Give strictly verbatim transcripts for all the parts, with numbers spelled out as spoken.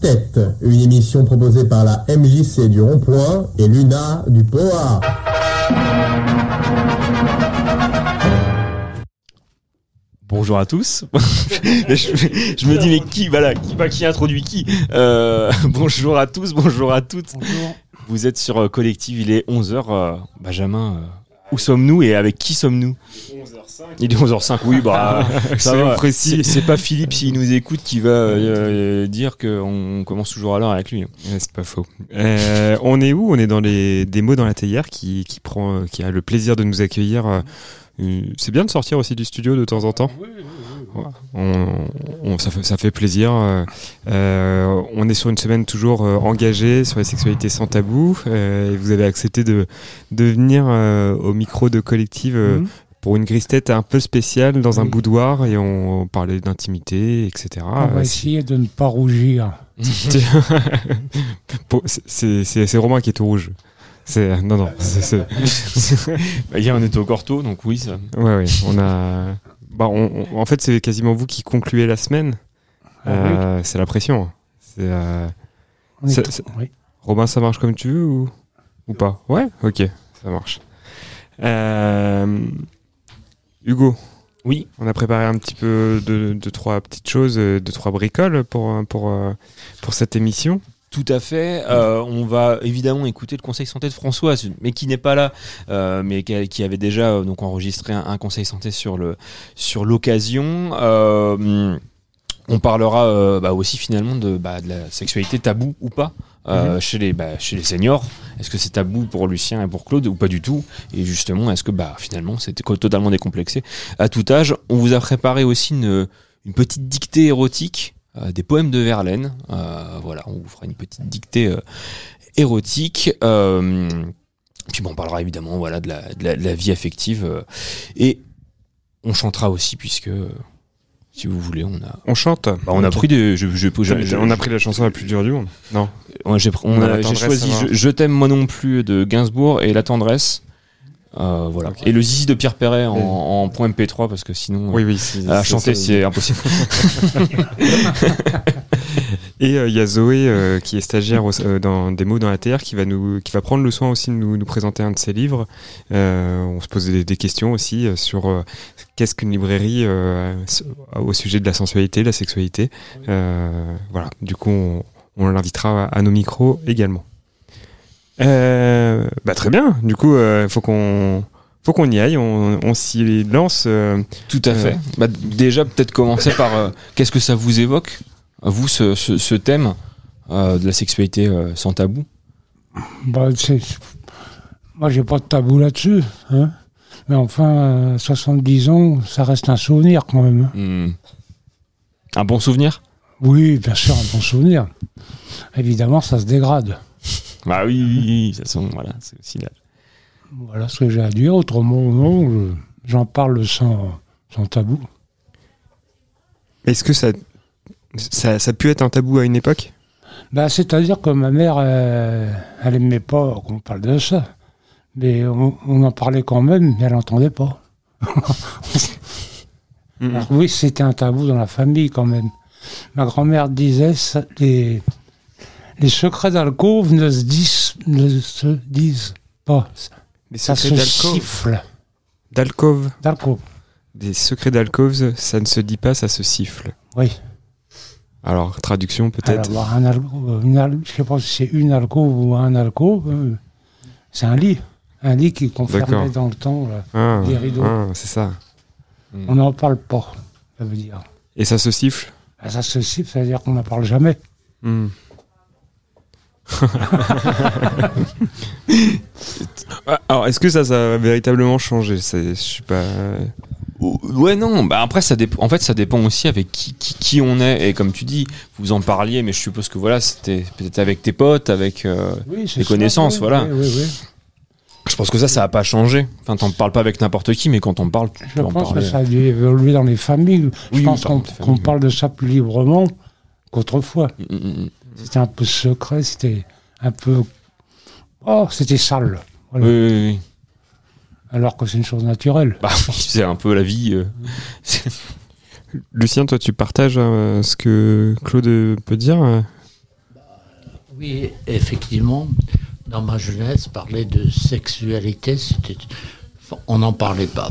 Tête, une émission proposée par la M J C du Rond-Point et Luna du P O A. Bonjour à tous. je, je me dis mais qui voilà qui, bah, qui introduit qui euh, Bonjour à tous, bonjour à toutes. Bonjour. Vous êtes sur Collective, il est onze heures. Euh, Benjamin, euh, où sommes-nous et avec qui sommes-nous ? onze heures cinq. Il est onze heures cinq, oui, bah ça va. Précis. C'est, c'est pas Philippe s'il nous écoute qui va euh, dire qu'on commence toujours à l'heure avec lui. Ouais, c'est pas faux. Euh, on est où ? On est dans les des mots dans la théière qui qui prend qui a le plaisir de nous accueillir. Euh, c'est bien de sortir aussi du studio de temps en temps. Oui, oui, oui. Ouais. On, on, ça, fait, ça fait plaisir. Euh, on est sur une semaine toujours euh, engagée sur les sexualités sans tabou. Euh, et vous avez accepté de, de venir euh, au micro de Collective euh, mmh. pour une grise-tête un peu spéciale dans oui. un boudoir et on, on parlait d'intimité, et cetera. On va euh, essayer de ne pas rougir. c'est, c'est, c'est Romain qui est tout rouge. C'est, non, non. C'est, c'est... bah, hier, on était au Corto, donc oui, ça. Ouais, oui. On a. Bah, on, on, en fait, c'est quasiment vous qui concluez la semaine. Ah, euh, oui. C'est la pression. C'est, euh... c'est, t- c'est... Oui. Robin, ça marche comme tu veux ou, ou pas ? Ouais ? Ok, ça marche. Euh... Hugo ? Oui. On a préparé un petit peu de, de trois petites choses, de trois bricoles pour, pour, pour cette émission. Tout à fait. Euh, on va évidemment écouter le conseil santé de Françoise, mais qui n'est pas là, euh, mais qui, qui avait déjà euh, donc enregistré un, un conseil santé sur le sur l'occasion. Euh, on parlera euh, bah, aussi finalement de, bah, de la sexualité taboue ou pas euh, mmh. chez les bah, chez les seniors. Est-ce que c'est tabou pour Lucien et pour Claude ou pas du tout ? Et justement, est-ce que bah finalement c'est totalement décomplexé à tout âge ? On vous a préparé aussi une une petite dictée érotique. Euh, des poèmes de Verlaine, euh, voilà, on vous fera une petite dictée euh, érotique. Euh, puis bon, on parlera évidemment, voilà, de la, de la, de la vie affective euh, et on chantera aussi puisque, euh, si vous voulez, on a. On chante. Bah, on a pris des. Je, je, je, je, on a pris la chanson la plus dure du monde. Non. Ouais, j'ai, on a, j'ai choisi je, je t'aime moi non plus de Gainsbourg et La tendresse. Euh, voilà. Okay. Et le zizi de Pierre Perret en, en point M P trois parce que sinon oui, oui, c'est, à c'est chanter ça, c'est impossible. Et il euh, y a Zoé euh, qui est stagiaire au, euh, dans des mots dans la théière qui va nous qui va prendre le soin aussi de nous, nous présenter un de ses livres. Euh, on se pose des, des questions aussi euh, sur euh, qu'est-ce qu'une librairie euh, au sujet de la sensualité, de la sexualité. Euh, voilà. Du coup, on, on l'invitera à, à nos micros également. Euh, bah très bien. Du coup, euh, faut qu'on faut qu'on y aille. On, on s'y lance. Euh, Tout à fait. Euh, bah, déjà, peut-être commencer par euh, qu'est-ce que ça vous évoque, vous, ce, ce, ce thème euh, de la sexualité euh, sans tabou. Bah, c'est... Moi, j'ai pas de tabou là-dessus. Hein. Mais enfin, à soixante-dix ans, ça reste un souvenir quand même. Mmh. Un bon souvenir ? Oui, bien sûr, un bon souvenir. Évidemment, ça se dégrade. Bah oui, oui, oui, de toute façon, voilà, c'est aussi là. Voilà ce que j'ai à dire. Autrement, non, je, j'en parle sans, sans tabou. Est-ce que ça, ça, ça a pu être un tabou à une époque ? Bah, c'est-à-dire que ma mère, euh, elle aimait pas qu'on parle de ça. Mais on, on en parlait quand même, mais elle n'entendait pas. mmh. Alors oui, c'était un tabou dans la famille quand même. Ma grand-mère disait, ça, les... Les secrets d'alcôve ne se disent, ne se disent pas. Les ça se d'alcôve. siffle. D'alcôve. D'alcôve. Des secrets d'alcôve, ça ne se dit pas, ça se siffle. Oui. Alors, traduction peut-être. Alors, un alcôve, une al- je ne sais pas si c'est une alcôve ou un alcôve. Euh, c'est un lit. Un lit qui confirmait dans le temps là, ah, des rideaux. Ah, c'est ça. On n'en parle pas, ça veut dire. Et ça se siffle ? Ben, ça se siffle, ça veut dire qu'on n'en parle jamais. Mm. Alors, est-ce que ça, ça a véritablement changé ? C'est, je suis pas. Ouais, non. Bah après, ça dépend. En fait, ça dépend aussi avec qui, qui, qui on est. Et comme tu dis, vous en parliez, mais je suppose que voilà, c'était peut-être avec tes potes, avec euh, oui, tes connaissances, oui, voilà. Oui, oui, oui. Je pense que ça, ça a pas changé. Enfin, t'en parles pas avec n'importe qui, mais quand on parle, tu je peux en pense parler. que ça a dû évoluer dans les familles. Oui, je pense oui, qu'on, familles, qu'on oui. parle de ça plus librement qu'autrefois. Mmh, mmh. C'était un peu secret, c'était un peu... Oh, c'était sale. Voilà. Oui, oui, oui. Alors que c'est une chose naturelle. Bah, c'est un peu la vie. Euh... Lucien, toi, tu partages euh, ce que Claude peut dire ? Oui, effectivement, dans ma jeunesse, parler de sexualité, c'était, on n'en parlait pas.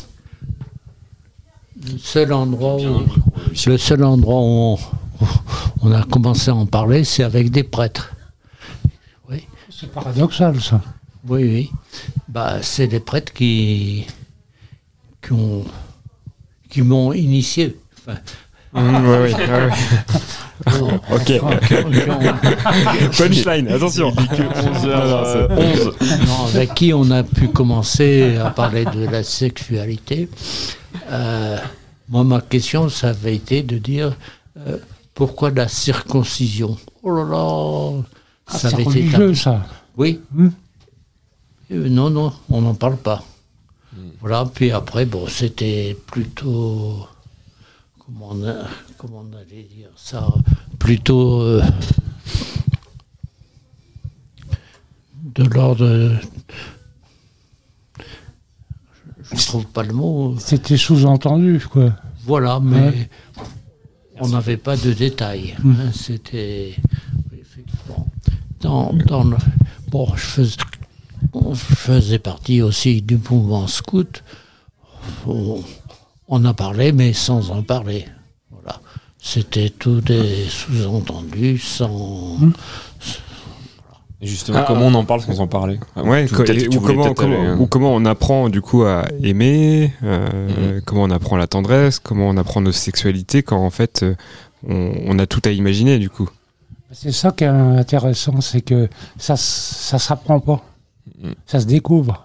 Le seul endroit où, le seul endroit où on, où on a commencé à en parler, c'est avec des prêtres. Oui. C'est paradoxal, ça. Oui, oui. Bah, c'est les prêtres qui, qui, ont, qui m'ont initié. Enfin, Mmh, ouais, ouais, ouais, ouais. Ok. Punchline, attention. onze heures onze. Non, avec qui on a pu commencer à parler de la sexualité. Euh, moi, ma question, ça avait été de dire euh, pourquoi la circoncision. Oh là là, Ah, ça c'est avait été religieux, ça. Oui. Hmm. Euh, non, non, on n'en parle pas. Voilà. Puis après, bon, c'était plutôt. Comment on, a- comment on allait dire ça, plutôt euh, de l'ordre. de- Je ne trouve pas le mot. C'était sous-entendu, quoi. Voilà, mais Ouais. on n'avait pas de détails. Mm. hein, C'était oui, effectivement dans, dans le, bon, je faisais, je faisais partie aussi du mouvement scout. On, on en parlait, mais sans en parler. Voilà, c'était tout des sous-entendus, sans. Mm. Et justement, Ah, comment on en parle sans en parler? Ah, Ouais, tu- co- peut-être et- que tu ou, voulais comment, peut-être comment- aller, hein. ou comment on apprend du coup à aimer, euh, comment on apprend la tendresse, comment on apprend nos sexualités quand en fait euh, on, on a tout à imaginer du coup. C'est ça qui est intéressant, c'est que ça ça s'apprend pas. Mm. Ça se découvre.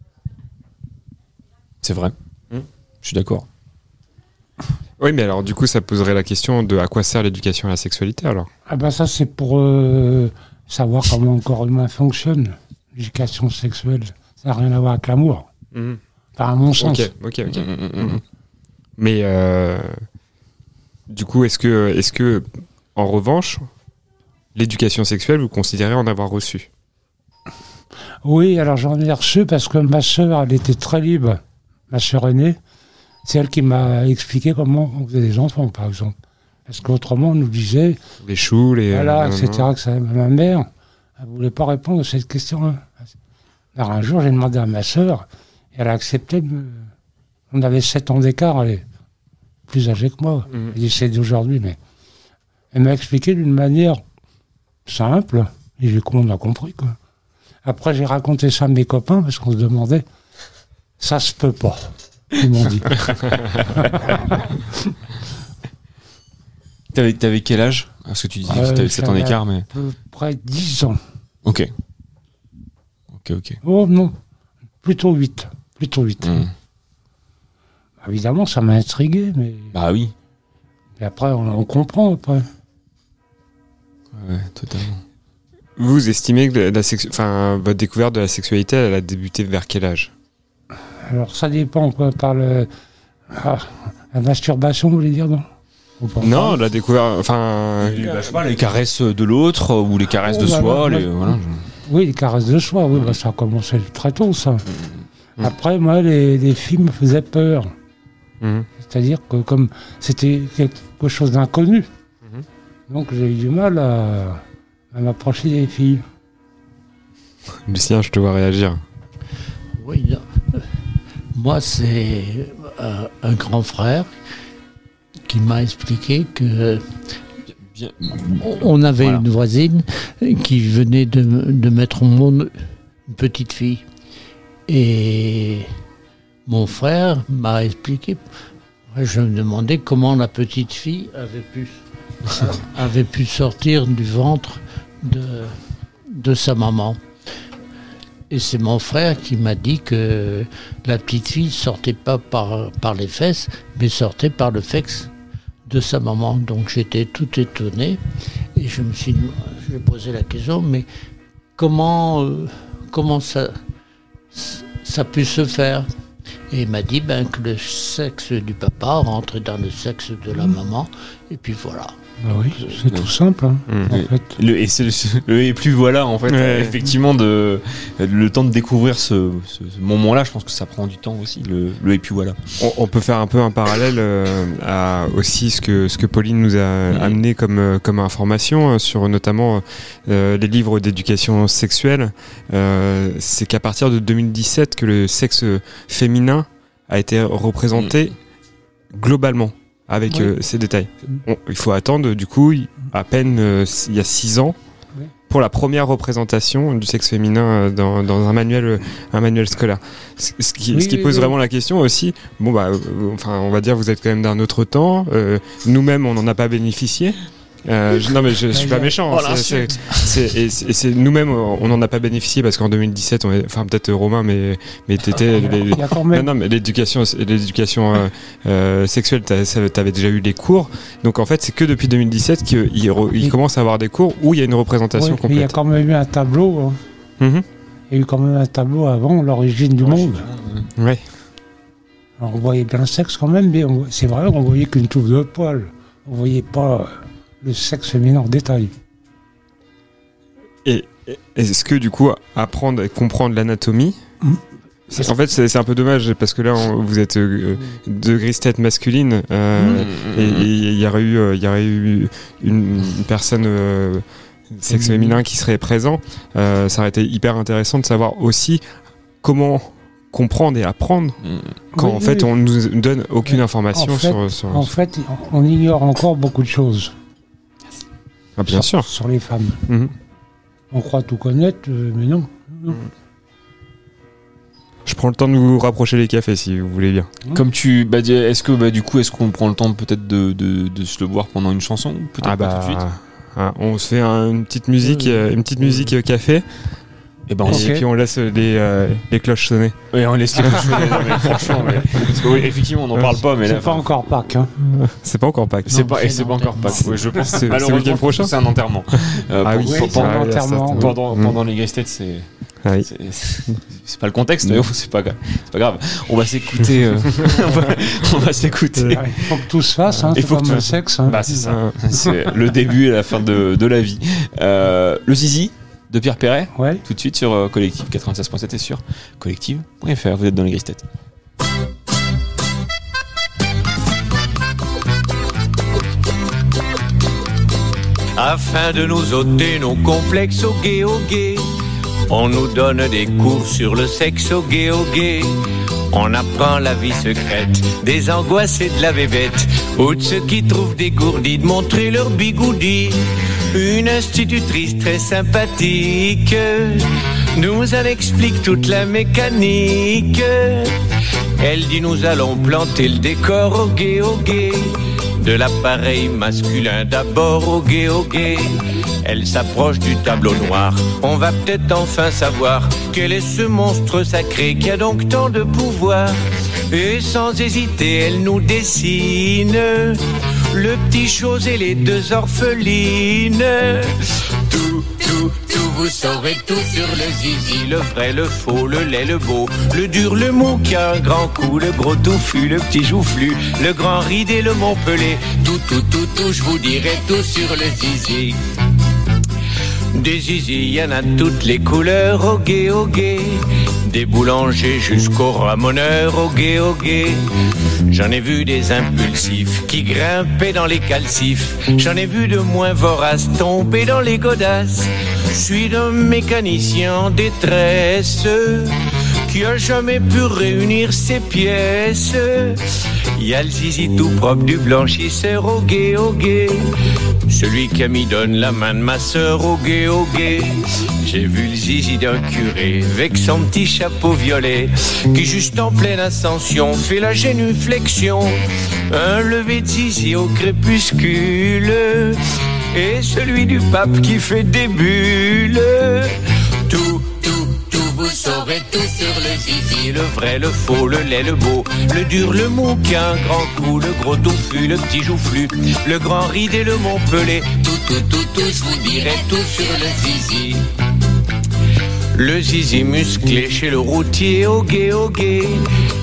C'est vrai. Hmm. Je suis d'accord. Oui, mais alors du coup ça poserait la question de à quoi sert l'éducation à la sexualité alors. Ah ben ça, c'est pour euh, savoir comment un corps humain fonctionne. L'éducation sexuelle, ça n'a rien à voir avec l'amour. Mhm. Enfin, à mon sens. Ok, ok, ok. Mm, mm, mm, mm. Mais euh, du coup, est-ce que, est-ce que, en revanche, l'éducation sexuelle, vous considérez en avoir reçu? Oui, alors j'en ai reçu parce que ma sœur, elle était très libre. Ma sœur aînée, c'est elle qui m'a expliqué comment on faisait des enfants, par exemple. Parce qu'autrement, on nous disait, Les choux, les. voilà, euh, et cetera. Que ça, ma mère, elle ne voulait pas répondre à cette question-là. Alors un jour, j'ai demandé à ma sœur, et elle a accepté de me... On avait sept ans d'écart, elle est plus âgée que moi. Mhm. Elle dit, c'est d'aujourd'hui, mais... Elle m'a expliqué d'une manière simple, et du coup, on a compris, quoi. Après, j'ai raconté ça à mes copains, parce qu'on se demandait, ça se peut pas, ils m'ont dit. T'avais, t'avais quel âge? Parce que tu disais que Euh, t'avais sept ans j'avais d'écart, mais. À peu près dix ans. Ok. Ok, ok. Oh non, plutôt huit. Plutôt huit. Mm. Évidemment, ça m'a intrigué, mais Bah oui. et après, on, on comprend après. Ouais, totalement. Vous estimez que la sexu- enfin, votre découverte de la sexualité, elle a débuté vers quel âge? Alors, ça dépend, quoi, par le... Ah, la masturbation, vous voulez dire, non Ou pas? Non, la découverte, enfin, Bah, je sais pas, les caresses de l'autre ou les caresses de Oh, bah, soi. bah, les, bah, voilà. Oui, les caresses de soi, oui, bah, ça a commencé très tôt, ça. Mm. Après, moi, les, les films me faisaient peur. mhm. C'est-à-dire que comme c'était quelque chose d'inconnu, Mhm. donc j'ai eu du mal à, à m'approcher des filles. Lucien, je te vois réagir. Oui, non. Moi, c'est euh, un grand frère qui m'a expliqué que Bien. on avait Voilà. une voisine qui venait de, de mettre au monde une petite fille. Et mon frère m'a expliqué. Je me demandais comment la petite fille avait pu, avait pu sortir du ventre de, de sa maman. Et c'est mon frère qui m'a dit que la petite fille sortait pas par, par les fesses, mais sortait par le sexe de sa maman. Donc j'étais tout étonné et je me suis je lui ai posé la question, mais comment, euh, comment ça, ça a pu se faire? Et il m'a dit ben, que le sexe du papa rentrait dans le sexe de la maman. Et puis voilà. Bah oui, c'est tout simple, hein, Mmh. en fait. Le, et, c'est le, le et plus voilà, en fait, Ouais. euh, effectivement, de, le temps de découvrir ce, ce, ce moment-là, je pense que ça prend du temps aussi, le, le et puis voilà. On, on peut faire un peu un parallèle euh, à aussi ce que, ce que Pauline nous a Mhm. amené comme, euh, comme information euh, sur notamment euh, les livres d'éducation sexuelle. Euh, c'est qu'à partir de deux mille dix-sept que le sexe féminin a été représenté globalement avec Oui. euh, ces détails. On- il faut attendre du coup à peine euh, il y a six ans Oui. pour la première représentation du sexe féminin euh, dans, dans un manuel euh, un manuel scolaire. Ce ce qui, Oui, ce qui oui, pose oui. vraiment la question aussi. Bon bah, euh, enfin, on va dire vous êtes quand même d'un autre temps. Euh, nous-mêmes, on n'en a pas bénéficié. Euh, je- non mais je, je suis pas méchant. Oh, c'est- l'insulte. c'est- c'est- et c'est et c'est nous-mêmes, on n'en a pas bénéficié parce qu'en deux mille dix-sept, on est, enfin peut-être Romain, mais mais t'étais. les- Il y a quand non, même. non, mais l'éducation, l'éducation euh, euh, sexuelle, t'as- ça- t'avais déjà eu des cours. Donc en fait, c'est que depuis deux mille dix-sept qu'il re- il Oui. commence à avoir des cours où il y a une représentation Oui, mais il y a complète. quand même eu un tableau. Hein. Mhm. Il y a eu quand même un tableau avant l'origine du monde. Ouais. Alors on voyait bien le sexe quand même, mais on- c'est vrai qu'on voyait qu'une touffe de poils. On voyait pas euh, le sexe féminin en détail. Et et est-ce que du coup, apprendre et comprendre l'anatomie, Mhm. c'est- en fait, c'est c'est un peu dommage parce que là, on- vous êtes euh, de grises têtes masculines euh, et et il y aurait eu, euh, il y aurait eu une, une personne euh, sexe Mhm. féminin qui serait présent. Euh, ça aurait été hyper intéressant de savoir aussi comment comprendre et apprendre quand Oui, en fait oui. on nous donne aucune Ouais. information En fait- sur, sur... En fait, on ignore encore beaucoup de choses. Ah, bien sur, sûr. sur les femmes. Mhm. On croit tout connaître, euh, mais non. non. Je prends le temps de vous rapprocher les cafés si vous voulez bien. Comme tu, bah, dis- est-ce que bah, du coup, est-ce qu'on prend le temps peut-être de, de, de se le voir pendant une chanson, ou peut-être Ah pas bah, tout de suite. ah, on se fait un- une petite musique, Ouais. euh, une petite musique euh, café, Et ben, et on, Ok. puis on laisse les, euh, les cloches sonner. ouais, on laisse les coups sonner, non, mais franchement, mais, parce que, oui, effectivement, on n'en parle pas, mais là, C'est pas encore Pâques. Hein. C'est pas encore Pâques. c'est Non, pas, et c'est c'est pas encore pas. l'enterrement. Ouais, je pense. C'est- c'est le malheureusement, week-end je pense prochain que c'est un enterrement. Euh, Ah pour- oui, pour- c'est pendant, un enterrement. oui. pendant, Mm. pendant les grosses têtes, c'est. Ah oui. C'est- C'est c'est pas le contexte, mais bon, c'est pas, gra- c'est pas grave. On va s'écouter. euh, on va, on va s'écouter. Il faut que tout se fasse, hein, Il c'est faut que comme tout- le sexe. Hein. Bah, c'est ça. Euh, C'est le début et la fin de, de la vie. Euh, le Zizi de Pierre Perret, Ouais. tout de suite sur euh, Collective quatre-vingt-seize point sept et sur collective point f r. Vous êtes dans les grises têtes. Afin de nous ôter nos complexes au gay au gay, on nous donne des cours sur le sexe au gay au gay. On apprend la vie secrète des angoisses et de la bébête, ou de ceux qui trouvent dégourdis de montrer leur bigoudi. Une institutrice très sympathique nous en explique toute la mécanique. Elle dit nous allons planter le décor au gay au gay, de l'appareil masculin d'abord au gay au gay. Elle s'approche du tableau noir, on va peut-être enfin savoir quel est ce monstre sacré qui a donc tant de pouvoir. Et sans hésiter, elle nous dessine le petit chose et les deux orphelines. Tout, tout, tout, vous saurez tout sur le zizi, le vrai, le faux, le laid, le beau, le dur, le mou qui a un grand coup, le gros touffu, le petit joufflu, le grand ride et le montpelé. Tout, tout, tout, tout, je vous dirai tout sur le zizi. Des zizi, y en a toutes les couleurs, au gay, au gay. Des boulangers jusqu'aux ramoneurs, au gay, au gay. J'en ai vu des impulsifs qui grimpaient dans les calcifs. J'en ai vu de moins voraces tomber dans les godasses. Je suis d'un mécanicien en détresse qui a jamais pu réunir ses pièces. Y a le zizi tout propre du blanchisseur, au gay, au gay. Celui qui a mis donne la main de ma sœur, au gay, au gay. J'ai vu le zizi d'un curé avec son petit chapeau violet qui juste en pleine ascension fait la génuflexion. Un lever de zizi au crépuscule et celui du pape qui fait des bulles. Tout, tout, tout, vous saurez tout sur le zizi, le vrai, le faux, le laid, le beau, le dur, le mou qui a un grand coup, le gros touffu, le petit joufflu, le grand ride et le montpelé. Tout, tout, tout, tout, je vous dirai tout sur le zizi. Le zizi musclé chez le routier, au gay, au gay.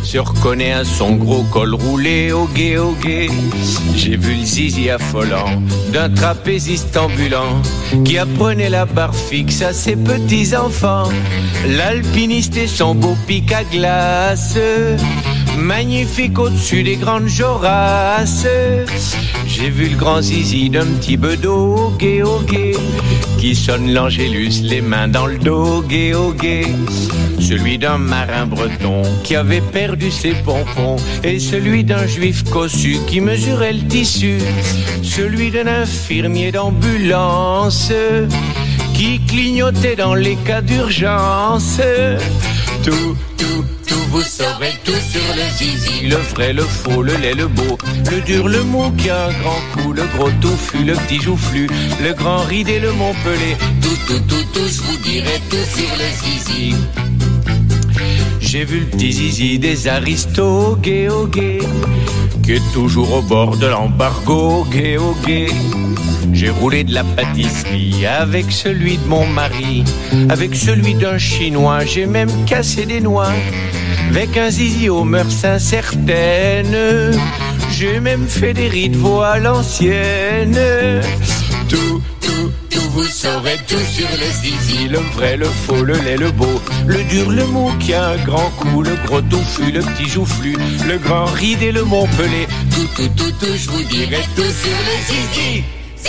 se reconnaît à son gros col roulé au gué au gué. J'ai vu le zizi affolant d'un trapéziste ambulant qui apprenait la barre fixe à ses petits enfants. L'alpiniste et son beau pic à glace, magnifique au-dessus des grandes jorasses. J'ai vu le grand zizi d'un petit bedeau au gué au gué qui sonne l'angélus les mains dans le dos, gué au gué. Celui d'un marin breton qui avait perdu ses pompons et celui d'un juif cossu qui mesurait le tissu. Celui d'un infirmier d'ambulance qui clignotait dans les cas d'urgence. Tout, tout, tout, vous saurez tout sur le zizi, le vrai, le faux, le laid, le beau, le dur, le mou qui a un grand coup, le gros touffu, le petit joufflu, le grand ridé, le montpelé. Tout, tout, tout, tout, je vous dirai tout sur le zizi. J'ai vu le petit zizi des aristos, gué au gué, qui est toujours au bord de l'embargo, gué au gué. J'ai roulé de la pâtisserie avec celui de mon mari, avec celui d'un chinois, j'ai même cassé des noix, avec un zizi aux mœurs incertaines, j'ai même fait des riz de veau à l'ancienne. Tout, tout, tout, vous saurez tout sur le zizi, le vrai, le faux, le laid, le beau, le dur, le mou qui a un grand coup, le gros touffu, le petit joufflu, le grand ridé, le montpelé. Tout, tout, tout, tout, je vous dirai tout sur le zizi.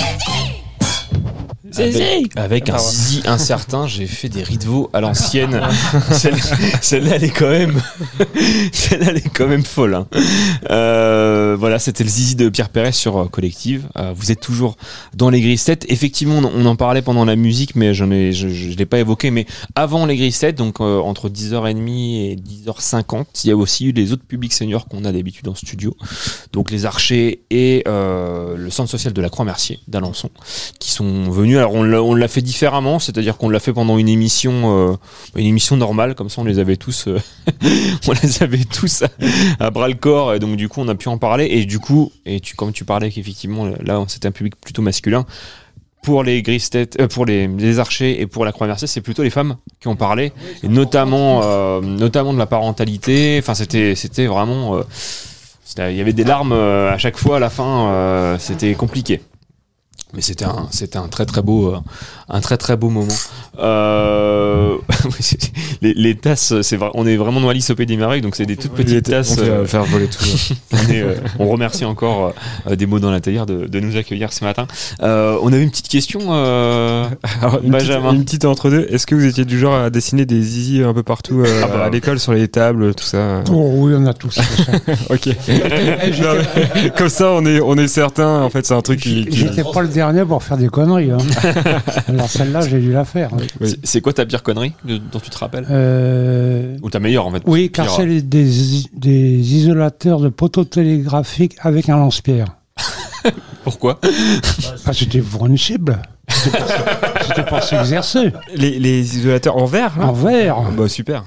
Avec, avec un zizi incertain, j'ai fait des riz de veau à l'ancienne. Celle, celle-là, elle est quand même, celle-là, elle est quand même folle. Hein. Euh, voilà, c'était le zizi de Pierre Perret sur euh, Collective. Euh, vous êtes toujours dans les Grises têtes. Effectivement, on, on en parlait pendant la musique, mais j'en ai, je, je, je l'ai pas évoqué. Mais avant les Grises têtes, donc euh, entre dix heures trente et dix heures cinquante, il y a aussi eu les autres publics seniors qu'on a d'habitude en studio. Donc les Archers et euh, le centre social de la Croix-Mercier d'Alençon, qui sont venus. Alors on l'a, on l'a fait différemment, c'est-à-dire qu'on l'a fait pendant une émission, euh, une émission normale, comme ça on les avait tous, euh, on les avait tous à, à bras le corps, et donc du coup on a pu en parler. Et du coup, et tu, comme tu parlais qu'effectivement là c'était un public plutôt masculin. Pour les Grises têtes, euh, pour les, les Archers et pour la Croix-Mercier, c'est plutôt les femmes qui ont parlé, et notamment, euh, notamment de la parentalité. Enfin, c'était, c'était vraiment, euh, c'était, il y avait des larmes euh, à chaque fois à la fin. Euh, c'était compliqué. Mais c'était un, c'était un très très beau, euh, un très très beau moment. Euh, les, les tasses, c'est vrai, on est vraiment dans Alice au Pays des Merveilles, donc c'est des toutes petites tasses. On fait euh, faire voler tout. on, est, euh, on remercie encore euh, des mots dans la théière de, de nous accueillir ce matin. Euh, on avait une petite question, euh, Alors, une Benjamin. Petite, une petite entre deux. Est-ce que vous étiez du genre à dessiner des zizi un peu partout euh, Ah bah. à l'école, sur les tables, tout ça? Oh oui, on a tous fait ça. Ok. Non, mais, comme ça, on est, on est certain. En fait, c'est un truc qui. qui... J'étais pas le dernier pour faire des conneries. Hein. Alors celle-là, j'ai dû la faire. Oui. C'est, c'est quoi ta pire connerie de- dont tu te rappelles Euh, Ou ta meilleure en fait? Oui, car Pire. c'est les- des, des isolateurs de poteaux télégraphiques avec un lance-pierre. Pourquoi? Ah, c'était pour une cible. C'était pour, c'était pour s'exercer. Les, les isolateurs en verre, là En verre. Bah super.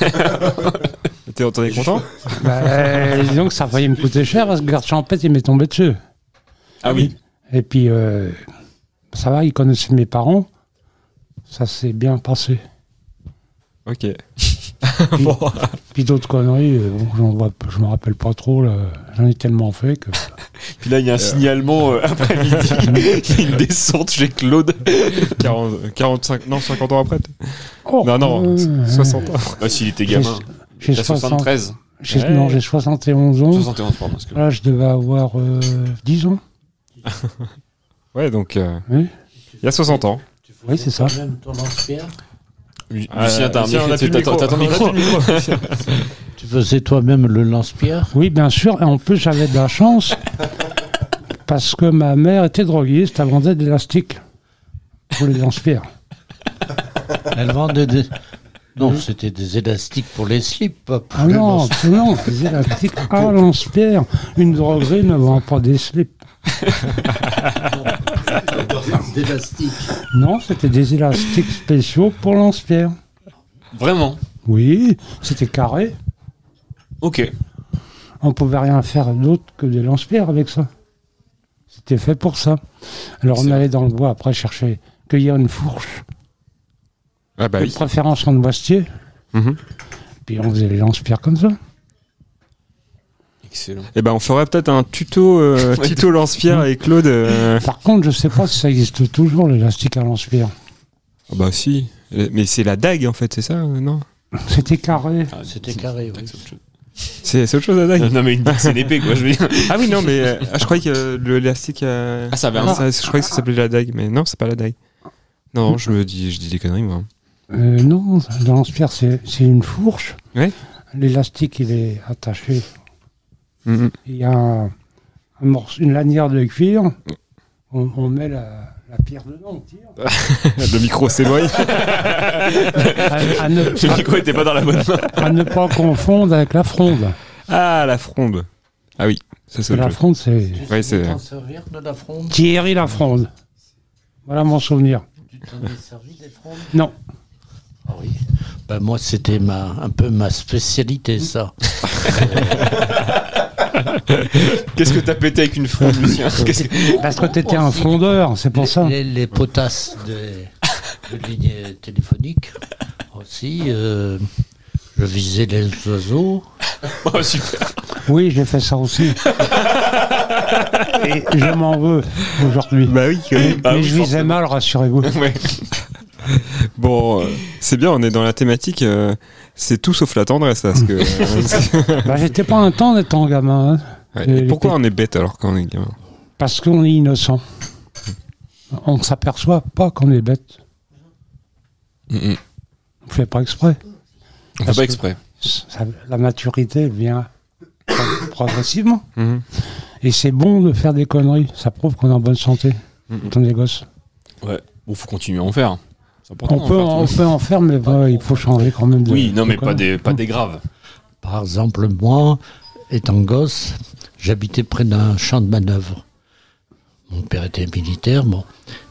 T'es, t'en es content? Bah, disons que ça a failli me coûter cher parce que garde champêtre, il m'est tombé dessus. Ah oui. Et puis, euh, ça va, il connaissait mes parents. Ça s'est bien passé. Ok. Puis, Bon. puis d'autres conneries, euh, bon, j'en vois, je me rappelle pas trop. Là. J'en ai tellement fait que. Puis là, il y a un signalement euh, après-midi. Il y a une descente chez Claude. quarante, quarante-cinq, non, cinquante ans après. Oh, Non, non, euh, soixante ans. Bah, s'il était gamin. J'ai T'as soixante soixante-treize. j'ai- Ouais. Non, j'ai soixante et onze ans. soixante et onze, pardon. excuse-moi. Là, je devais avoir euh, dix ans. Ouais, donc euh, Oui, il y a soixante ans. oui c'est ça. Même ton lance-pierre. Lu- Ah, Lucien, t'as un Lucien, on a micro. plus T'as le t'as- t'as ton micro. micro. On a plus le micro. Tu faisais toi-même le lance-pierre. Oui, bien sûr. Et en plus, j'avais de la chance parce que ma mère était droguiste. Elle vendait de l'élastique pour les lance-pierres. Elle vendait des... Non, c'était des élastiques pour les slips. pas pour Ah les non, lance- non, des élastiques à lance-pierre. Une droguerie ne vend pas des slips. d'élastiques. Non, c'était des élastiques spéciaux pour lance-pierre. Vraiment. Oui, c'était carré. Ok. On pouvait rien faire d'autre que des lance-pierres avec ça. C'était fait pour ça. Alors on C'est allait dans le bois après chercher, cueillir une fourche, Ah bah de oui. préférence en boistier, Mhm. puis on faisait les lance-pierres comme ça. Excellent. Eh ben, on ferait peut-être un tuto, euh, tuto lance-pierre avec Claude. euh. Par contre, je sais pas si ça existe toujours, l'élastique à lance-pierre. Ah bah si. Mais c'est la dague, en fait, c'est ça, euh, non? C'était carré. Ah, C'était carré, oui. c'est autre chose. C'est c'est autre chose, la dague? Non, mais une dague, c'est une épée, quoi, je veux dire. Ah oui, non, mais euh, ah, je croyais que euh, le- l'élastique... euh, Ah, ça avait un- ça- je croyais que ça s'appelait la dague, mais non, c'est pas la dague. Non, je me dis, je dis des conneries, moi. Euh, non, le lance-pierre, c'est c'est une fourche. Ouais. L'élastique, il est attaché. Mhm. Il y a un, un morceau, une lanière de cuir. On, on met la, la pierre dedans, on tire. Le micro s'éloigne. À, à ne, Le micro était pas dans la bonne main. à ne pas confondre avec la fronde. Ah, la fronde. Ah oui, ça c'est autre La chose. fronde, c'est Ouais, c'est- Tu t'en servir de la fronde? Thierry Lafronde. Voilà mon souvenir. Tu t'en es servi des frondes? Non. Ah oui. Ben moi, c'était ma, un peu ma spécialité, ça. Qu'est-ce que t'as pété avec une fronde, Lucien? Qu'est-ce que- Parce que t'étais un frondeur, c'est pour ça. Les, les potasses de, de lignes téléphoniques aussi. euh, je visais les oiseaux. Oh, super. Oui, j'ai fait ça aussi. Et je m'en veux aujourd'hui. Bah oui, quand même. Ah Mais oui, je visais forcément. mal, rassurez-vous. Ouais. Bon, euh, c'est bien, on est dans la thématique. euh, c'est tout sauf la tendresse, là, parce que. euh, Bah, j'étais pas un temps étant gamin. hein. ouais. Les- Et les pourquoi pét- on est bête alors quand on est gamin? Parce qu'on est innocent. On ne s'aperçoit pas qu'on est bête. Mm-mm. On ne fait pas exprès. On fait Parce pas que- exprès. Ça- la maturité vient pro- progressivement. Mhm. Et c'est bon de faire des conneries. Ça prouve qu'on est en bonne santé Mhm. quand on est gosse. Ouais. Bon, faut continuer à en faire. C'est important. On d'en peut, faire, on tu peut en faire, mais bah, il faut changer quand même. De, vois. Oui, non, de mais pas conneries. des, pas des graves. Par exemple, moi, étant gosse, j'habitais près d'un champ de manœuvre. Mon père était militaire, bon.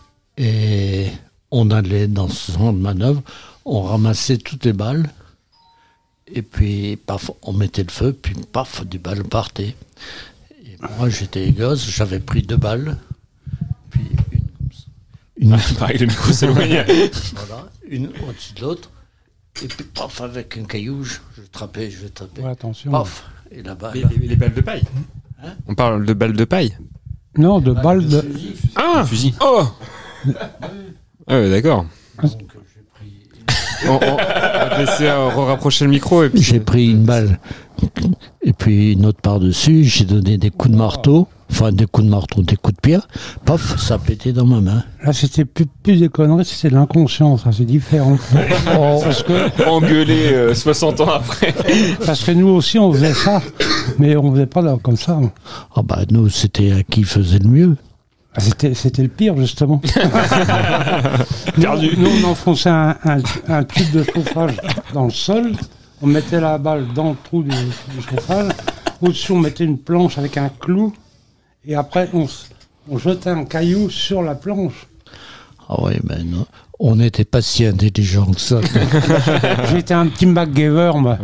Et on allait dans ce champ de manœuvre, on ramassait toutes les balles, et puis, paf, on mettait le feu, puis paf, des balles partaient. Et moi, j'étais gosse, j'avais pris deux balles, puis une comme ça. Une, Pareil, le micro s'éloigne. voilà, une au-dessus de l'autre, et puis paf, avec un caillou, je, je trappais, je trappais. Ouais, attention. Paf, et la balle. Les, les balles de paille. Hein? On parle de balles de paille. Non, de balles de. Ah, Fusil. oh. Ah ouais, d'accord. Donc, j'ai pris- On, on- on va te laisser euh, rapprocher le micro et puis. J'ai pris une balle et puis une autre par-dessus, j'ai donné des coups de marteau, enfin des coups de marteau, des coups de pierre, paf, ça a pété dans ma main. Là, c'était plus, plus des conneries, c'était de l'inconscience. Ça, c'est différent. parce, que, Engueulé euh, soixante ans après. parce que nous aussi, on faisait ça. Mais on faisait pas là, comme ça. Ah bah nous, c'était à qui faisait le mieux. Ah, C'était, c'était le pire, justement. Perdu. Nous, nous, on enfonçait un, un, un tube de chauffage dans le sol. On mettait la balle dans le trou du, du chauffage. Au-dessus, on mettait une planche avec un clou. Et après, on, s- on jetait un caillou sur la planche. Ah oui, mais non, on n'était pas si intelligents que ça. J'étais un petit MacGyver, moi.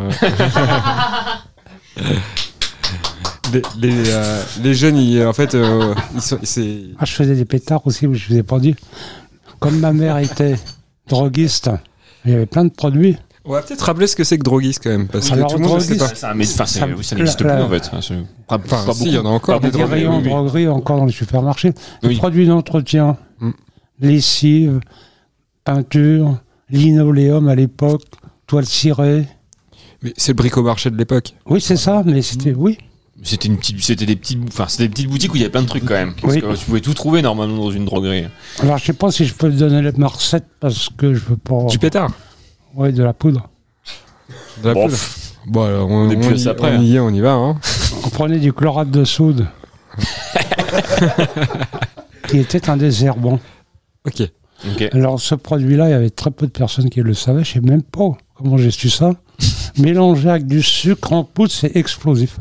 Les, les, euh, les jeunes, ils, en fait, euh, ils sont, c'est. Ah, je faisais des pétards aussi, je ne vous ai pas dit. Comme ma mère était droguiste, il y avait plein de produits. On va peut-être rappeler ce que c'est que droguiste quand même, parce que Alors, tout le monde ne sait droguiste, pas. C'est un mé- enfin, c'est- Ça- oui, ça n'existe la- plus la- en fait. Enfin, c'est- pas, Enfin, pas si, il y en a beaucoup. encore Pas Il des y a beaucoup, des rayons oui, oui. droguerie encore dans les supermarchés. Des Oui. produits d'entretien, Mm. lessive, peinture, linoléum à l'époque, toile cirée. Mais c'est le bric-au-marché de l'époque. Oui, c'est ça, mais c'était... Oui. C'était une petite, c'était des petites, enfin, c'était des petites boutiques où il y avait plein de trucs quand même. Parce Oui. que tu pouvais tout trouver normalement dans une droguerie. Alors, je sais pas si je peux te donner ma recette parce que je veux pas... Du pétard. Oui, de la poudre. De la Bon, poudre. Bon, alors, on, On est plus on à y, ça près, on y est, on y va. Hein. On prenait du chlorate de soude, qui était un désherbant. Ok. Ok. Alors, ce produit-là, il y avait très peu de personnes qui le savaient. Je sais même pas comment j'ai su ça. Mélangé avec du sucre en poudre, c'est explosif.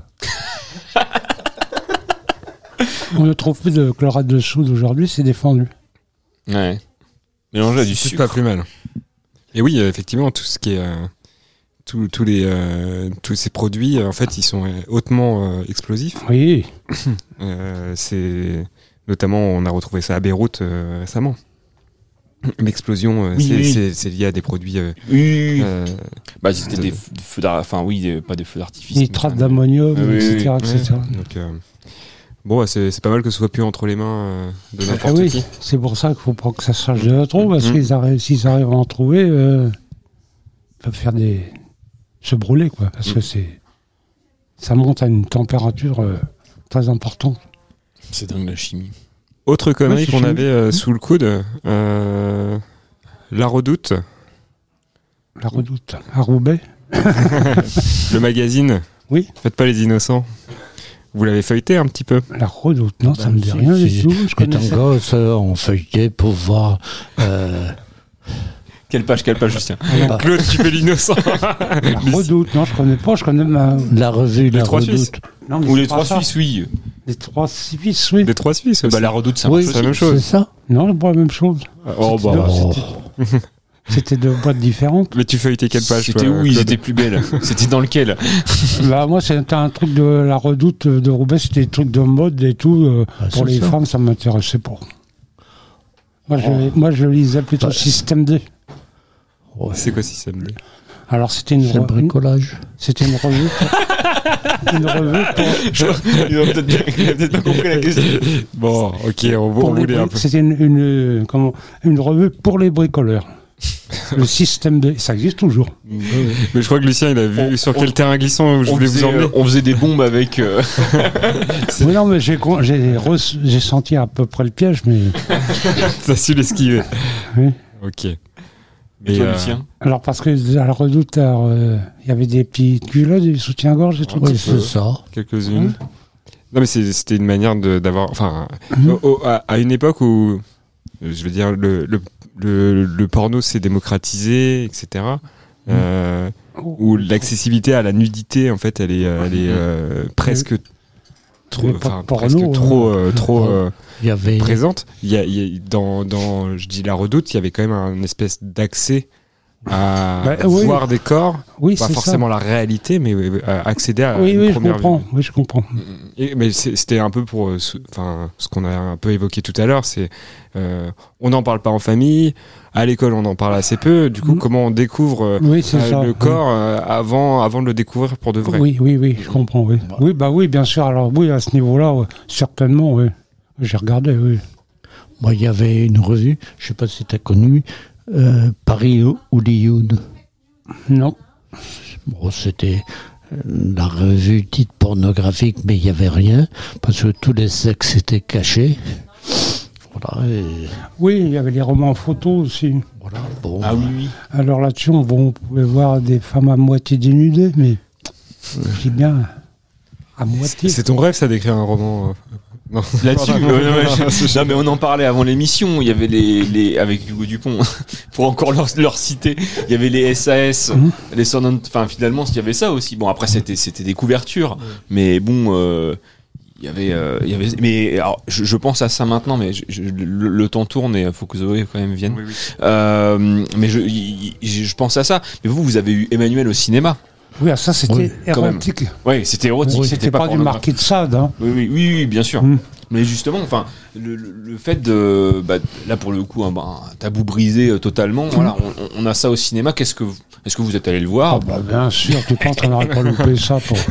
On ne trouve plus de chlorate de soude aujourd'hui, c'est défendu. Ouais. Mélangé à du C'est sucre. pas plus mal. Et oui, euh, effectivement, tout ce qui est. euh, tous- tous les, euh, tous ces produits, euh, en fait, ils sont euh, hautement euh, explosifs. Oui, Euh, c'est notamment, on a retrouvé ça à Beyrouth euh, récemment. l'explosion, euh, Oui, c'est, oui. c'est, c'est lié à des produits. Euh, Oui, euh, bah c'était de- des f- feux d'ar- enfin oui, des- pas des feux d'artifice. Nitrate mais- d'ammonium, Ah oui, et cetera, oui, et cetera. donc, euh, bon, ouais, c'est, c'est pas mal que ce soit plus entre les mains euh, de Ah n'importe oui, qui. c'est pour ça qu'il faut pas que ça se sache de trop, parce Mhm. qu'ils arrivent, s'ils arrivent à en trouver, euh, ils peuvent faire des. se brûler, quoi, parce que c'est. ça monte à une température euh, très importante. C'est dingue la chimie. Autre connerie Ouais, c'est qu'on chimique. avait euh, sous le coude, euh, la Redoute, La Redoute, à Roubaix. le magazine. Oui. Faites pas les innocents. Vous l'avez feuilleté un petit peu. La Redoute, non, ça Bah, me dit si, rien si. du tout. Je Étant connaissais. gosse, euh, on feuilletait pour voir. euh, Quelle page, quelle page, Justin? bah, Claude qui fait l'innocent. La Redoute, non, je connais pas, je connais ma. la revue La Trois Redoute. Suisses. Non, mais Ou c'est les pas trois ça. Suisses, oui. Les trois Suisses, oui. Des trois Suisses aussi. Bah la Redoute, c'est Oui, un c'est la même chose. C'est ça. Non, c'est pas la même chose. Oh, bah, Non, Oh. c'était- C'était deux boîtes différentes. mais tu feuilletais quelle page C'était toi, où ils Claude étaient plus belles? C'était dans lequel? Bah, moi, c'était un truc de la Redoute de Roubaix, c'était des trucs de mode et tout. euh, Ah, pour c'est les ça. femmes, ça m'intéressait pas. Moi, je, Oh. moi, je lisais plutôt Bah. Système D. Ouais. C'est quoi Système D? Alors, c'était une, C'est le re- une- bricolage. c'était une revue. Pour, une revue pour, Il a peut-être il a peut-être pas compris la question. Bon, ok, on, pour on les voulait un bri- peu. C'était une, une, euh, comment, une revue pour les bricoleurs. Le Système D, ça existe toujours. Mais je crois que Lucien, il a vu On- sur on- quel terrain glissant je On voulais vous faisait, emmener. on faisait des bombes avec. euh, Oui, non, mais j'ai, con- j'ai, reçu- j'ai senti à peu près le piège, mais. T'as su l'esquiver. Oui. Ok. Et Mais, toi, euh, Lucien? Alors, parce que à la Redoute, alors, euh, il y avait des petits culottes, des soutiens-gorge, des trucs. Oui, peu. c'est ça. quelques-unes. Non, mais c'est- c'était une manière de- d'avoir. Enfin, Mhm. au- au- à, à une époque où, euh, je veux dire, le, le, le, le porno s'est démocratisé, et cetera. Euh, où l'accessibilité à la nudité, en fait, elle est, euh, elle est euh, presque trop, Mais pas de enfin, porno, presque hein. trop, euh, trop euh, Il y avait. présente. Il y a, il y a- dans, dans, je dis la Redoute, il y avait quand même un espèce d'accès à Bah, oui. voir des corps, Oui, pas c'est forcément la réalité, mais euh, à accéder à ça. Oui, une oui, je première comprends. vue. Oui, je comprends. Et- mais c'est- c'était un peu pour, euh, ce, enfin, ce qu'on a un peu évoqué tout à l'heure, c'est euh, on n'en parle pas en famille, à l'école on en parle assez peu. Du coup, Mm. comment on découvre euh, Oui, c'est euh, ça. le corps euh, avant, avant de le découvrir pour de vrai. Oui, oui, oui, je comprends. Oui, oui, bah oui, bien sûr. Alors oui, à ce niveau-là, ouais, certainement, oui. J'ai regardé, oui. Moi, il y avait une revue, je ne sais pas si tu as connu, euh, Paris Hollywood. Non. Bon, c'était euh, la revue dite pornographique, mais il n'y avait rien, parce que tous les sexes étaient cachés. Voilà, et Oui, il y avait les romans photos aussi. voilà, bon. Ah oui, oui. Alors là-dessus, on, on pouvait voir des femmes à moitié dénudées, mais je dis bien à moitié. C'est ton rêve, ça, d'écrire un roman euh, non. Là-dessus, Pardon. ouais, ouais, je- non, mais on en parlait avant l'émission. Il y avait les, les avec Hugo Dupont, pour encore leur, leur citer. Il y avait les S A S, Mhm. les Son- enfin finalement, il y avait ça aussi. Bon, après c'était c'était des couvertures, mais bon, euh, il y avait, euh, il y avait. Mais alors, je, je pense à ça maintenant, mais je- je- le, le temps tourne et il faut que Zoé quand même vienne. Oui, oui. Euh, mais je, y- y- je pense à ça. Mais vous, vous avez eu Emmanuel au cinéma. Oui, ah, ça c'était Oui, quand même. érotique. Ouais, c'était érotique. Oui, c'était c'était pas, du pornographique. marquis de Sade. Hein. Oui, oui, oui, oui, bien sûr. Mm. Mais justement, enfin, le, le- le fait de, bah, là pour le coup, un, bah, un tabou brisé euh, totalement. Voilà, on, on a ça au cinéma. Qu'est-ce que, vous- est-ce que vous êtes allé le voir? Ah bah bien sûr, tu penses qu'on n'aurait pas loupé ça pour...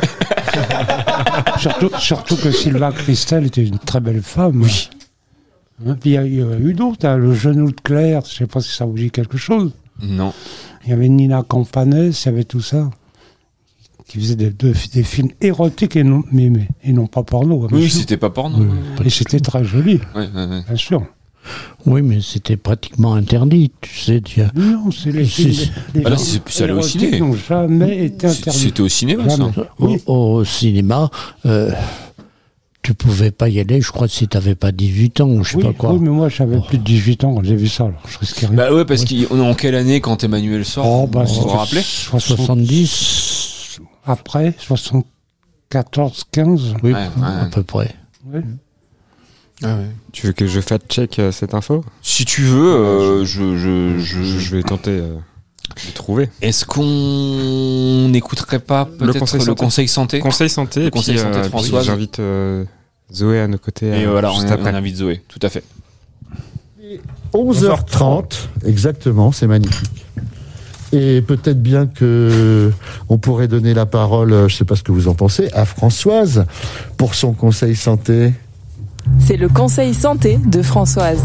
surtout, surtout que Sylvain Christel était une très belle femme. Oui. Puis il y a eu, eu d'autres, hein, le genou de Claire, je sais pas si ça vous dit quelque chose. Non. Il y avait Nina Campanès, il y avait tout ça, qui faisait des, de- des films érotiques et non, mais, mais- et non pas porno. hein, Oui, bien sûr. c'était pas porno. Oui, Ouais, Et c'était très joli, ouais, ouais. bien sûr. Oui, mais c'était pratiquement interdit, tu sais. Tu as- Non, c'est les Si, films. si. les Ah là, films c'est- c'est allé au érotiques ciné. n'ont jamais été interdits. C'était au cinéma, ça. Jamais. Oui. Au, au cinéma, euh, tu pouvais pas y aller, je crois, si tu n'avais pas dix-huit ans, je sais Oui, pas quoi. oui, mais moi j'avais plus de dix-huit ans quand j'ai vu ça, alors je risquais rien. Bah ouais, parce qu'on est en quelle année quand Emmanuel sort? Oh, bah, vous vous c'était rappelez? soixante-dix. Après, soixante-quatorze, quinze. Oui, Ouais, à ouais. peu près. Oui. Ah ouais. Tu veux que je fact-check euh, cette info? Si tu veux, euh, je, je, je, je, je vais tenter euh, de trouver. Est-ce qu'on n'écouterait pas peut-être conseil le santé. conseil santé? Conseil santé, et Conseil puis, santé de puis Françoise. j'invite euh, Zoé à nos côtés Et euh, voilà, on, juste on après. invite Zoé, tout à fait. onze heures trente, exactement, c'est magnifique. Et peut-être bien que on pourrait donner la parole, je ne sais pas ce que vous en pensez, à Françoise pour son conseil santé. C'est le conseil santé de Françoise.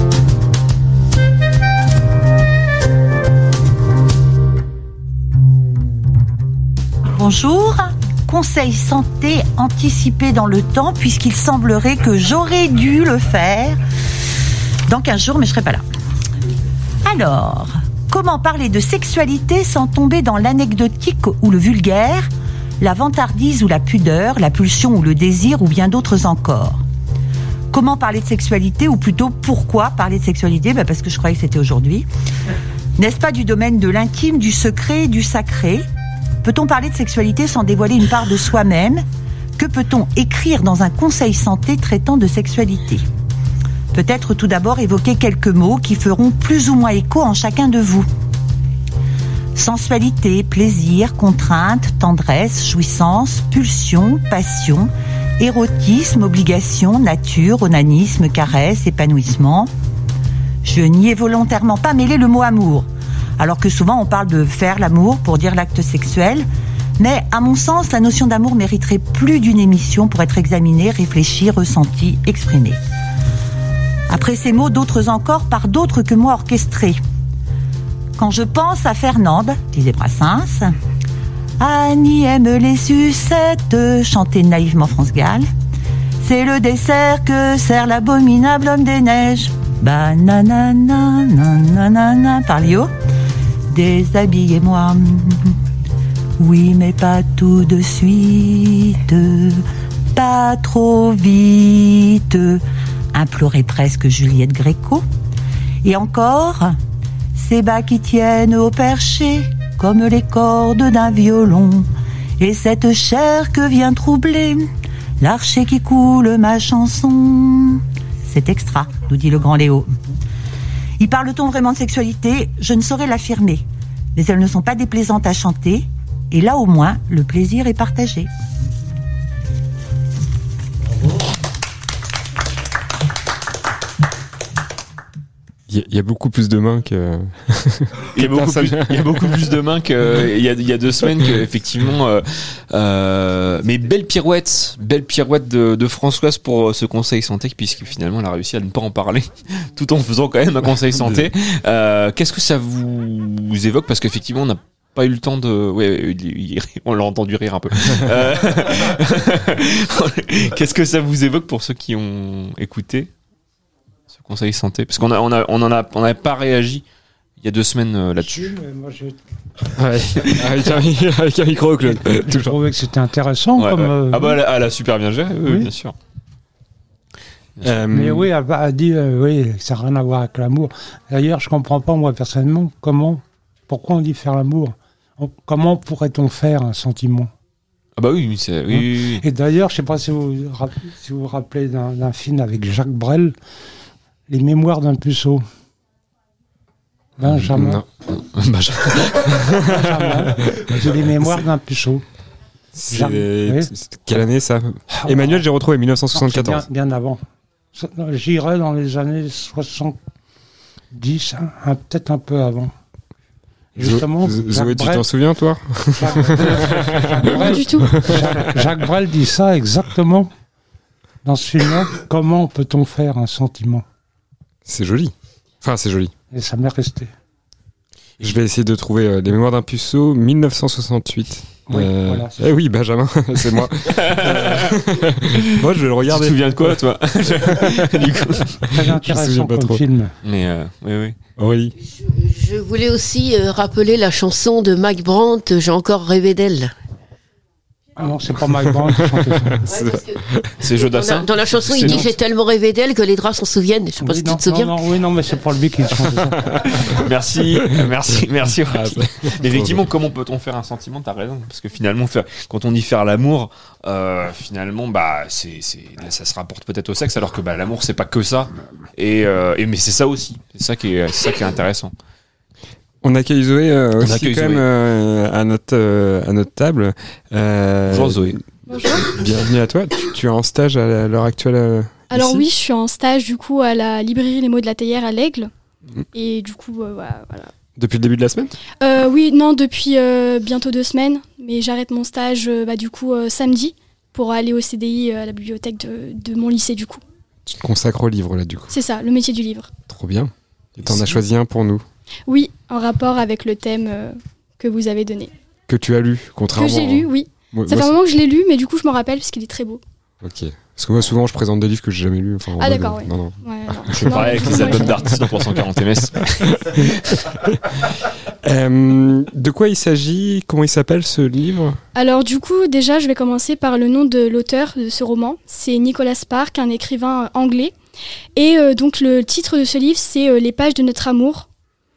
Bonjour, conseil santé anticipé dans le temps puisqu'il semblerait que j'aurais dû le faire dans quinze jours mais je serai pas là. Alors, comment parler de sexualité sans tomber dans l'anecdotique ou le vulgaire, la vantardise ou la pudeur, la pulsion ou le désir ou bien d'autres encore? Comment parler de sexualité ou plutôt pourquoi parler de sexualité? Bah parce que je croyais que c'était aujourd'hui. N'est-ce pas du domaine de l'intime, du secret, du sacré? Peut-on parler de sexualité sans dévoiler une part de soi-même? Que peut-on écrire dans un conseil santé traitant de sexualité? Peut-être tout d'abord évoquer quelques mots qui feront plus ou moins écho en chacun de vous. Sensualité, plaisir, contrainte, tendresse, jouissance, pulsion, passion, érotisme, obligation, nature, onanisme, caresse, épanouissement. Je n'y ai volontairement pas mêlé le mot amour, alors que souvent on parle de faire l'amour pour dire l'acte sexuel, mais à mon sens, la notion d'amour mériterait plus d'une émission pour être examinée, réfléchie, ressentie, exprimée. Après ces mots, d'autres encore par d'autres que moi orchestrés. Quand je pense à Fernande, disait Brassens, Annie aime les sucettes, chantait naïvement France Gall. C'est le dessert que sert l'abominable homme des neiges. Bananana, nanana, par Lio. Déshabillez-moi. Oui, mais pas tout de suite. Pas trop vite. Implorait presque Juliette Gréco. Et encore, ces bas qui tiennent au perché, comme les cordes d'un violon, et cette chair que vient troubler l'archer qui coule ma chanson. C'est extra, nous dit le grand Léo. Y parle-t-on vraiment de sexualité? Je ne saurais l'affirmer, mais elles ne sont pas déplaisantes à chanter, et là au moins, le plaisir est partagé. Il y, y a beaucoup plus de mains que. Il y a beaucoup plus, il y a beaucoup plus de mains que il y a, il y a deux semaines que effectivement. Euh, euh, mais belle pirouette, belle pirouette de, de Françoise pour ce conseil santé, puisque finalement elle a réussi à ne pas en parler, tout en faisant quand même un conseil santé. Euh, qu'est-ce que ça vous évoque? Parce qu'effectivement on n'a pas eu le temps de. Ouais, on l'a entendu rire un peu. Euh... Qu'est-ce que ça vous évoque pour ceux qui ont écouté ce conseil santé? Parce qu'on a, on a, on en a, on n'avait pas réagi il y a deux semaines euh, là-dessus. Si, mais moi, j'ai... Ouais, avec, un, avec un micro, Claude. J'ai trouvé que c'était intéressant. Ouais, comme, ouais. euh... Ah bah elle a, elle a super bien géré, oui, oui. bien sûr. Euh, Mais oui, elle a dit euh, oui, ça n'a rien à voir avec l'amour. D'ailleurs, je comprends pas moi personnellement comment, pourquoi on dit faire l'amour. On, comment pourrait-on faire un sentiment? Ah bah oui, c'est, oui, hein? oui, oui. Et d'ailleurs, je sais pas si vous si vous vous rappelez d'un, d'un film avec Jacques Brel, Les Mémoires d'un puceau. Benjamin. Non. Benjamin. Benjamin. C'est Les Mémoires d'un puceau. C'est... Jamais. Oui. c'est quelle année ça? Ah, Emmanuel, j'ai retrouvé dix-neuf cent soixante-quatorze. Bien, bien avant. J'irais dans les années soixante-dix, hein, un, peut-être un peu avant. Justement, Zo- Zoé, tu t'en souviens, toi? Jacques, Jacques Brel, du tout. Jacques, Jacques Brel dit ça exactement dans ce film-là. Comment peut-on faire un sentiment? C'est joli. Enfin, c'est joli. Et ça m'est resté. Je vais essayer de trouver euh, Les Mémoires d'un puceau, dix-neuf cent soixante-huit. Oui, euh... voilà, eh oui, Benjamin, c'est moi. Moi, je vais le regarder. Tu te souviens de quoi, toi? Du coup. Très intéressant pas comme trop. film. Mais euh, oui, oui. Aurélie. Je voulais aussi euh, rappeler la chanson de Mike Brandt, J'ai encore rêvé d'elle. Ah non, c'est pas Mike Brandt qui chantait ça. Ouais, parce que C'est dans, Jodassin. la, dans la chanson, C'est il dit non. J'ai tellement rêvé d'elle que les draps s'en souviennent. Je sais pas Oui, si non, tu te souviens. non, non, oui, non, mais c'est pas lui qui chantait ça. Merci, merci, merci. Ah, Rocky. Mais effectivement, comment peut-on faire un sentiment? T'as raison, parce que finalement, faire, quand on dit faire l'amour, euh, finalement, bah, c'est, c'est, ça se rapporte peut-être au sexe, alors que bah, l'amour, c'est pas que ça. Et, euh, et mais c'est ça aussi. C'est ça qui est, c'est ça qui est intéressant. On accueille Zoé euh, On aussi accueille quand Zoé. même euh, à notre euh, à notre table. Euh, Bonjour Zoé. Bonjour. Bienvenue à toi. Tu, tu es en stage à l'heure actuelle euh, Alors ici oui, je suis en stage du coup à la librairie Les Mots de la Théière à l'Aigle. Mmh. Et du coup, euh, voilà, voilà. Depuis le début de la semaine ? euh, Oui, non, depuis euh, bientôt deux semaines. Mais j'arrête mon stage euh, bah, du coup euh, samedi pour aller au C D I euh, à la bibliothèque de, de mon lycée du coup. Tu te consacres au livre là du coup ? C'est ça, le métier du livre. Trop bien. Et t'en as choisi un pour nous ? Oui, en rapport avec le thème euh, que vous avez donné. Que tu as lu, contrairement... Que j'ai lu, oui. Moi, ça moi, fait un moment que je l'ai lu, mais du coup je m'en rappelle parce qu'il est très beau. Ok. Parce que moi souvent je présente des livres que j'ai jamais lus. Enfin, ah d'accord, de... oui. Non, non. Ouais, non. Je fais pareil avec les albums d'artistes pour cent quarante M S. euh, de quoi il s'agit ? Comment il s'appelle ce livre ? Alors du coup, déjà je vais commencer par le nom de l'auteur de ce roman. C'est Nicholas Sparks, un écrivain euh, anglais. Et euh, donc le titre de ce livre, c'est euh, Les pages de notre amour.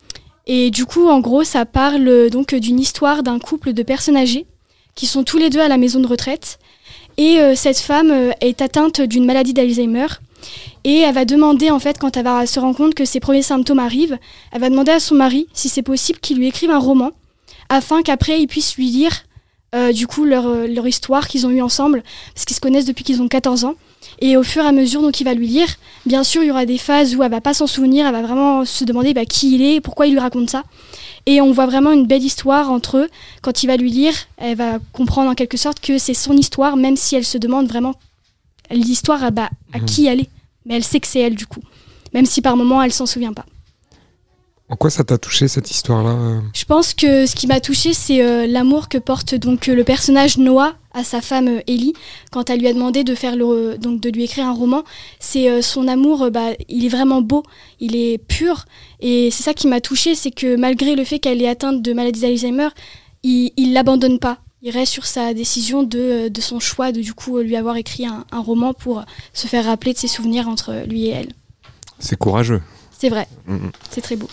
Et du coup, en gros, ça parle euh, donc d'une histoire d'un couple de personnes âgées qui sont tous les deux à la maison de retraite. Et euh, cette femme euh, est atteinte d'une maladie d'Alzheimer. Et elle va demander, en fait, quand elle va se rendre compte que ses premiers symptômes arrivent, elle va demander à son mari si c'est possible qu'il lui écrive un roman, afin qu'après, il puisse lui lire, euh, du coup, leur, leur histoire qu'ils ont eue ensemble, parce qu'ils se connaissent depuis qu'ils ont quatorze ans. Et au fur et à mesure, donc, il va lui lire. Bien sûr, il y aura des phases où elle va pas s'en souvenir, elle va vraiment se demander bah, qui il est, pourquoi il lui raconte ça. Et on voit vraiment une belle histoire entre eux. Quand il va lui lire, elle va comprendre en quelque sorte que c'est son histoire, même si elle se demande vraiment l'histoire bah, à mmh. qui elle est. Mais elle sait que c'est elle du coup, même si par moments elle s'en souvient pas. En quoi ça t'a touché cette histoire-là ? Je pense que ce qui m'a touché, c'est euh, l'amour que porte donc euh, le personnage Noah à sa femme euh, Ellie quand elle lui a demandé de faire le, donc de lui écrire un roman. C'est euh, son amour, euh, bah, il est vraiment beau, il est pur, et c'est ça qui m'a touché, c'est que malgré le fait qu'elle est atteinte de maladie d'Alzheimer, il, il l'abandonne pas. Il reste sur sa décision de, de son choix de du coup lui avoir écrit un, un roman pour se faire rappeler de ses souvenirs entre lui et elle. C'est courageux. C'est vrai, mmh. c'est très beau.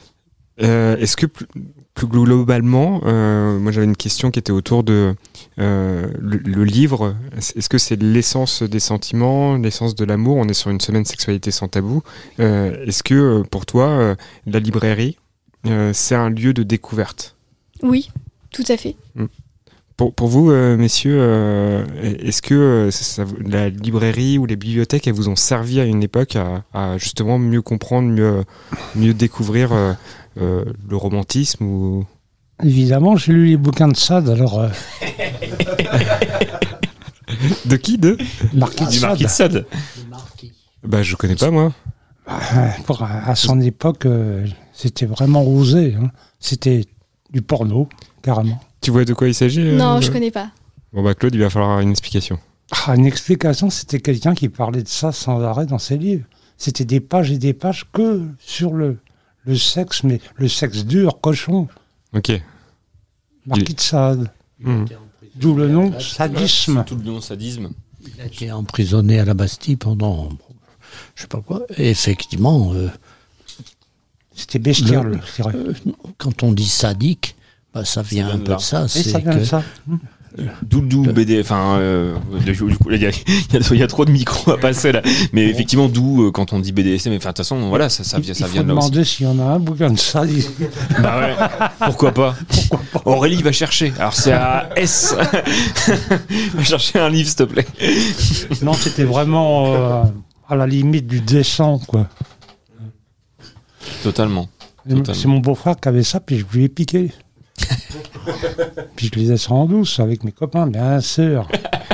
Euh, est-ce que plus, plus globalement, euh, moi j'avais une question qui était autour de euh, le, le livre. Est-ce que c'est l'essence des sentiments, l'essence de l'amour ? On est sur une semaine sexualité sans tabou. Euh, est-ce que pour toi, euh, la librairie, euh, c'est un lieu de découverte ? Oui, tout à fait. Mmh. Pour, pour vous, euh, messieurs, euh, est-ce que euh, ça, la librairie ou les bibliothèques, elles vous ont servi à une époque à, à justement mieux comprendre, mieux, mieux découvrir euh, euh, le romantisme ou... Évidemment, j'ai lu les bouquins de Sade, alors... Euh... de qui de Marquis de Du Sade. Marquis de Sade. Bah, je connais pas, moi. Bah, pour, à son époque, euh, c'était vraiment osé. Hein. C'était du porno, carrément. Tu vois de quoi il s'agit ? Non, euh, je connais pas. Bon bah Claude, il va falloir une explication. Ah, une explication, c'était quelqu'un qui parlait de ça sans arrêt dans ses livres. C'était des pages et des pages que sur le, le sexe, mais le sexe dur, cochon. Ok. Marquis il... de Sade. Mmh. D'où le nom sadisme. Tout le nom sadisme. Il a été emprisonné à la Bastille pendant, je sais pas quoi. Et effectivement, euh, c'était bestial. Le, je dirais. Euh, quand on dit sadique, bah, ça vient ça un peu de ça. C'est ça vient que... de ça. D'où d'où B D, enfin, euh, du coup, il y, y, y a trop de micros à passer là. Mais effectivement, d'où euh, quand on dit B D S M, enfin, de toute façon, voilà, ça, ça, vient, ça vient de là aussi. Il faut demander s'il y en a un bouquin de ça. Bah ouais, pourquoi pas. Pourquoi pas. Aurélie va chercher. Alors c'est à S. Va chercher un livre, s'il te plaît. Non, c'était vraiment euh, à la limite du décent, quoi. Totalement. Totalement. C'est mon beau-frère qui avait ça, puis je lui ai piqué. Puis je lisais ça en douce avec mes copains, bien sûr.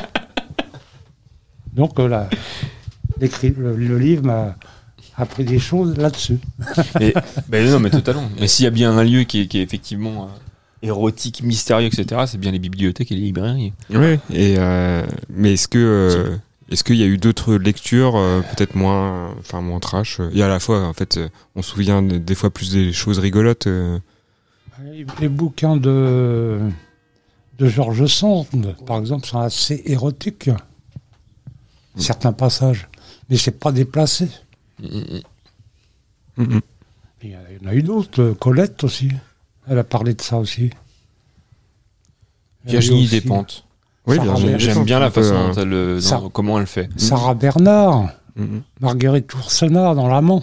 Donc euh, là, le, le livre m'a appris des choses là-dessus. Et, ben non, mais totalement. Mais s'il y a bien un lieu qui est, qui est effectivement euh, érotique, mystérieux, et cetera, c'est bien les bibliothèques et les librairies. Oui. Et euh, mais est-ce que euh, est-ce qu'il y a eu d'autres lectures, euh, peut-être moins, enfin moins trash, et à la fois, en fait, euh, on se souvient de, des fois plus des choses rigolotes. Euh, Les bouquins de, de George Sand, par exemple, sont assez érotiques. Mmh. Certains passages. Mais c'est pas déplacé. Mmh. Mmh. Il y en a eu d'autres. Colette aussi. Elle a parlé de ça aussi. Virginie Despentes. Oui, Virginie, j'aime bien la façon dont elle, dans, Sarah, comment elle fait. Sarah Bernard. Mmh. Marguerite Yourcenar dans L'Amant.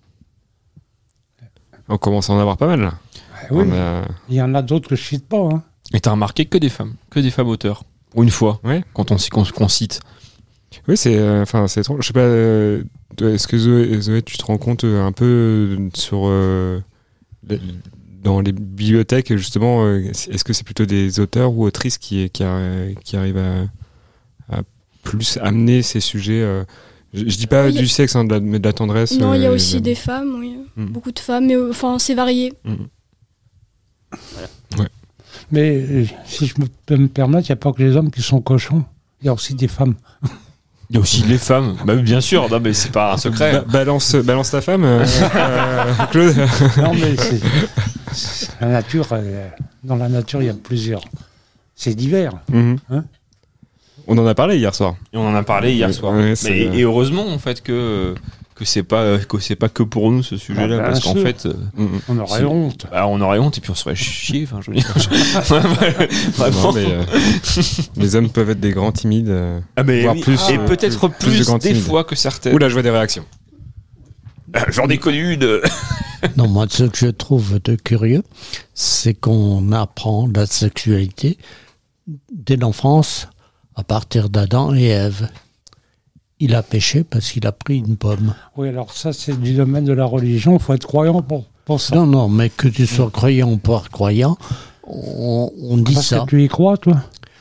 On commence à en avoir pas mal là. Oui, a... il y en a d'autres que je cite pas. Hein. Et t'as remarqué que des femmes, que des femmes auteurs, pour une fois, ouais. quand on qu'on, qu'on cite. Oui, c'est, enfin, euh, c'est trop. Je sais pas. Euh, est-ce que Zoé, Zoé, tu te rends compte euh, un peu euh, sur euh, les, dans les bibliothèques justement, euh, est-ce que c'est plutôt des auteurs ou autrices qui qui, a, qui arrivent à, à plus amener ces sujets euh, je, je dis pas oui, du sexe, hein, de la, mais de la tendresse. Non, il euh, y a euh, aussi la... des femmes, oui. Mm. Beaucoup de femmes, mais enfin, c'est varié. Mm. Voilà. Ouais. Mais si je me peux me permettre, il n'y a pas que les hommes qui sont cochons. Il y a aussi des femmes. Il y a aussi les femmes. Bah, bien sûr, non, mais c'est pas un secret. Ba- balance, balance ta femme, euh, euh, Claude. Non, mais c'est, c'est la nature. Euh, dans la nature, il y a plusieurs. C'est divers. Mm-hmm. Hein On en a parlé hier soir. Et on en a parlé hier ouais, soir. Ouais, mais, et, et heureusement, en fait, que. que c'est pas que c'est pas que pour nous ce sujet-là, ah, parce sûr. qu'en fait euh, on aurait c'est... honte bah, on aurait honte et puis on serait chier, enfin je veux dire. Vraiment. Non, mais, euh, les hommes peuvent être des grands timides, euh, ah, mais voire oui. plus et euh, peut-être plus, plus, plus de des timides. Fois que certaines. Oula, je vois des réactions. J'en ai connu de. Non, moi ce que je trouve de curieux, c'est qu'on apprend la sexualité dès l'enfance à partir d'Adam et Ève. Il a péché parce qu'il a pris une pomme. Oui, alors ça, c'est du domaine de la religion. Il faut être croyant pour, pour ça. Non, non, mais que tu sois croyant ou pas croyant, on, on dit parce ça. Parce que tu y crois, toi?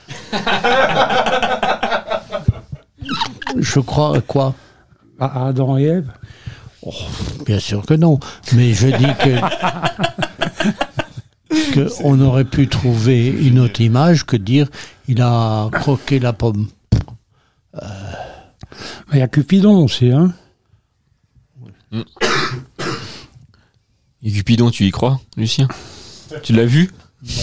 Je crois à quoi? À Adam et Ève? Oh, bien sûr que non. Mais je dis que qu'on aurait pu trouver une autre image que dire il a croqué la pomme. Euh... Il y a Cupidon aussi, hein. Mm. Et Cupidon, tu y crois, Lucien? Tu l'as vu?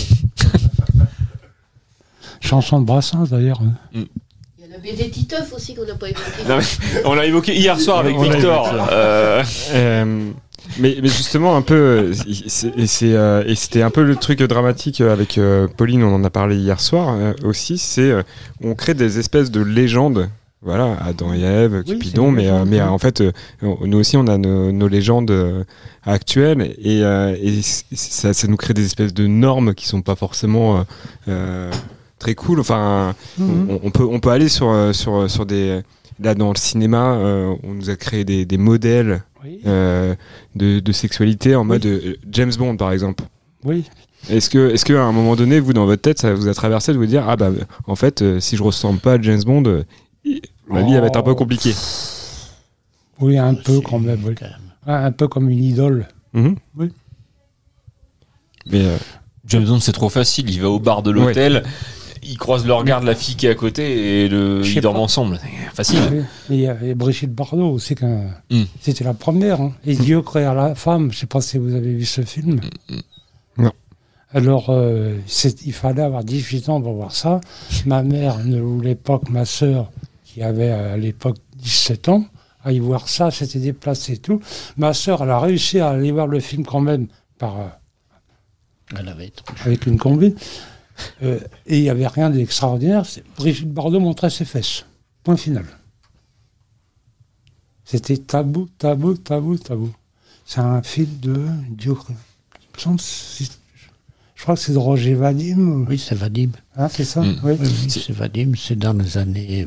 Chanson de Brassens, d'ailleurs. Mm. Il y a la B D Titeuf aussi qu'on n'a pas évoqué. Non, mais on l'a évoqué hier soir avec on Victor. Euh... Euh, mais, mais justement, un peu, c'est, et, c'est, euh, et c'était un peu le truc dramatique avec euh, Pauline, on en a parlé hier soir euh, aussi, c'est euh, on crée des espèces de légendes. Voilà, Adam et Ève, Cupidon, oui, mais, euh, mais euh, en fait, euh, nous aussi, on a nos, nos légendes euh, actuelles et, euh, et ça, ça nous crée des espèces de normes qui sont pas forcément euh, euh, très cool. Enfin, mm-hmm. on, on, peut, on peut aller sur, sur, sur des... Là, dans le cinéma, euh, on nous a créé des, des modèles oui. euh, de, de sexualité en oui. mode euh, James Bond, par exemple. Oui. Est-ce que, est-ce qu'à un moment donné, vous, dans votre tête, ça vous a traversé de vous dire, ah bah, en fait, euh, si je ressemble pas à James Bond, euh, ma vie, oh. elle va être un peu compliquée. Oui, un peu quand même. Oui. Un peu comme une idole. Mm-hmm. Oui. Mais euh, James Bond, c'est trop facile. Il va au bar de l'hôtel, ouais. il croise le regard de la fille qui est à côté et le, ils dorment pas. Ensemble. C'est facile. Oui. Et il y avait Brigitte Bardot aussi. Mm. C'était la première. Hein. Et Dieu créa la femme. Je ne sais pas si vous avez vu ce film. Mm. Non. Alors, euh, il fallait avoir dix-huit ans pour voir ça. Ma mère ne voulait pas que ma sœur, qui avait à l'époque dix-sept ans, aille voir ça, s'était déplacée et tout. Ma sœur, elle a réussi à aller voir le film quand même par, euh, elle avait avec une combine. Euh, et il n'y avait rien d'extraordinaire. Brigitte Bardot montrait ses fesses. Point final. C'était tabou, tabou, tabou, tabou. C'est un film de... Dieu, je crois que c'est de Roger Vadim. Oui, c'est Vadim. Ah, c'est ça mmh. Oui, oui c'est... c'est Vadim, c'est dans les années...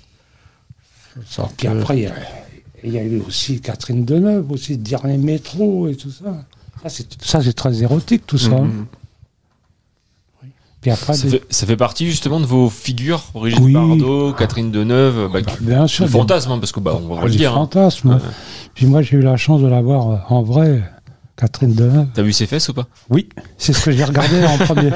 Puis après, il y, a, il y a eu aussi Catherine Deneuve, aussi le dernier métro et tout ça. Ça, c'est, ça, c'est très érotique, tout ça. Mmh. Oui. Puis après, ça, des... fait, ça fait partie justement de vos figures, Brigitte oui. Bardot, Catherine Deneuve, bah, bien sûr. Le fantasme, hein, parce que bah, on va le dire. Le fantasme. Hein. Puis moi, j'ai eu la chance de la voir en vrai. Catherine Deneuve. T'as vu ses fesses ou pas? Oui, c'est ce que j'ai regardé en premier.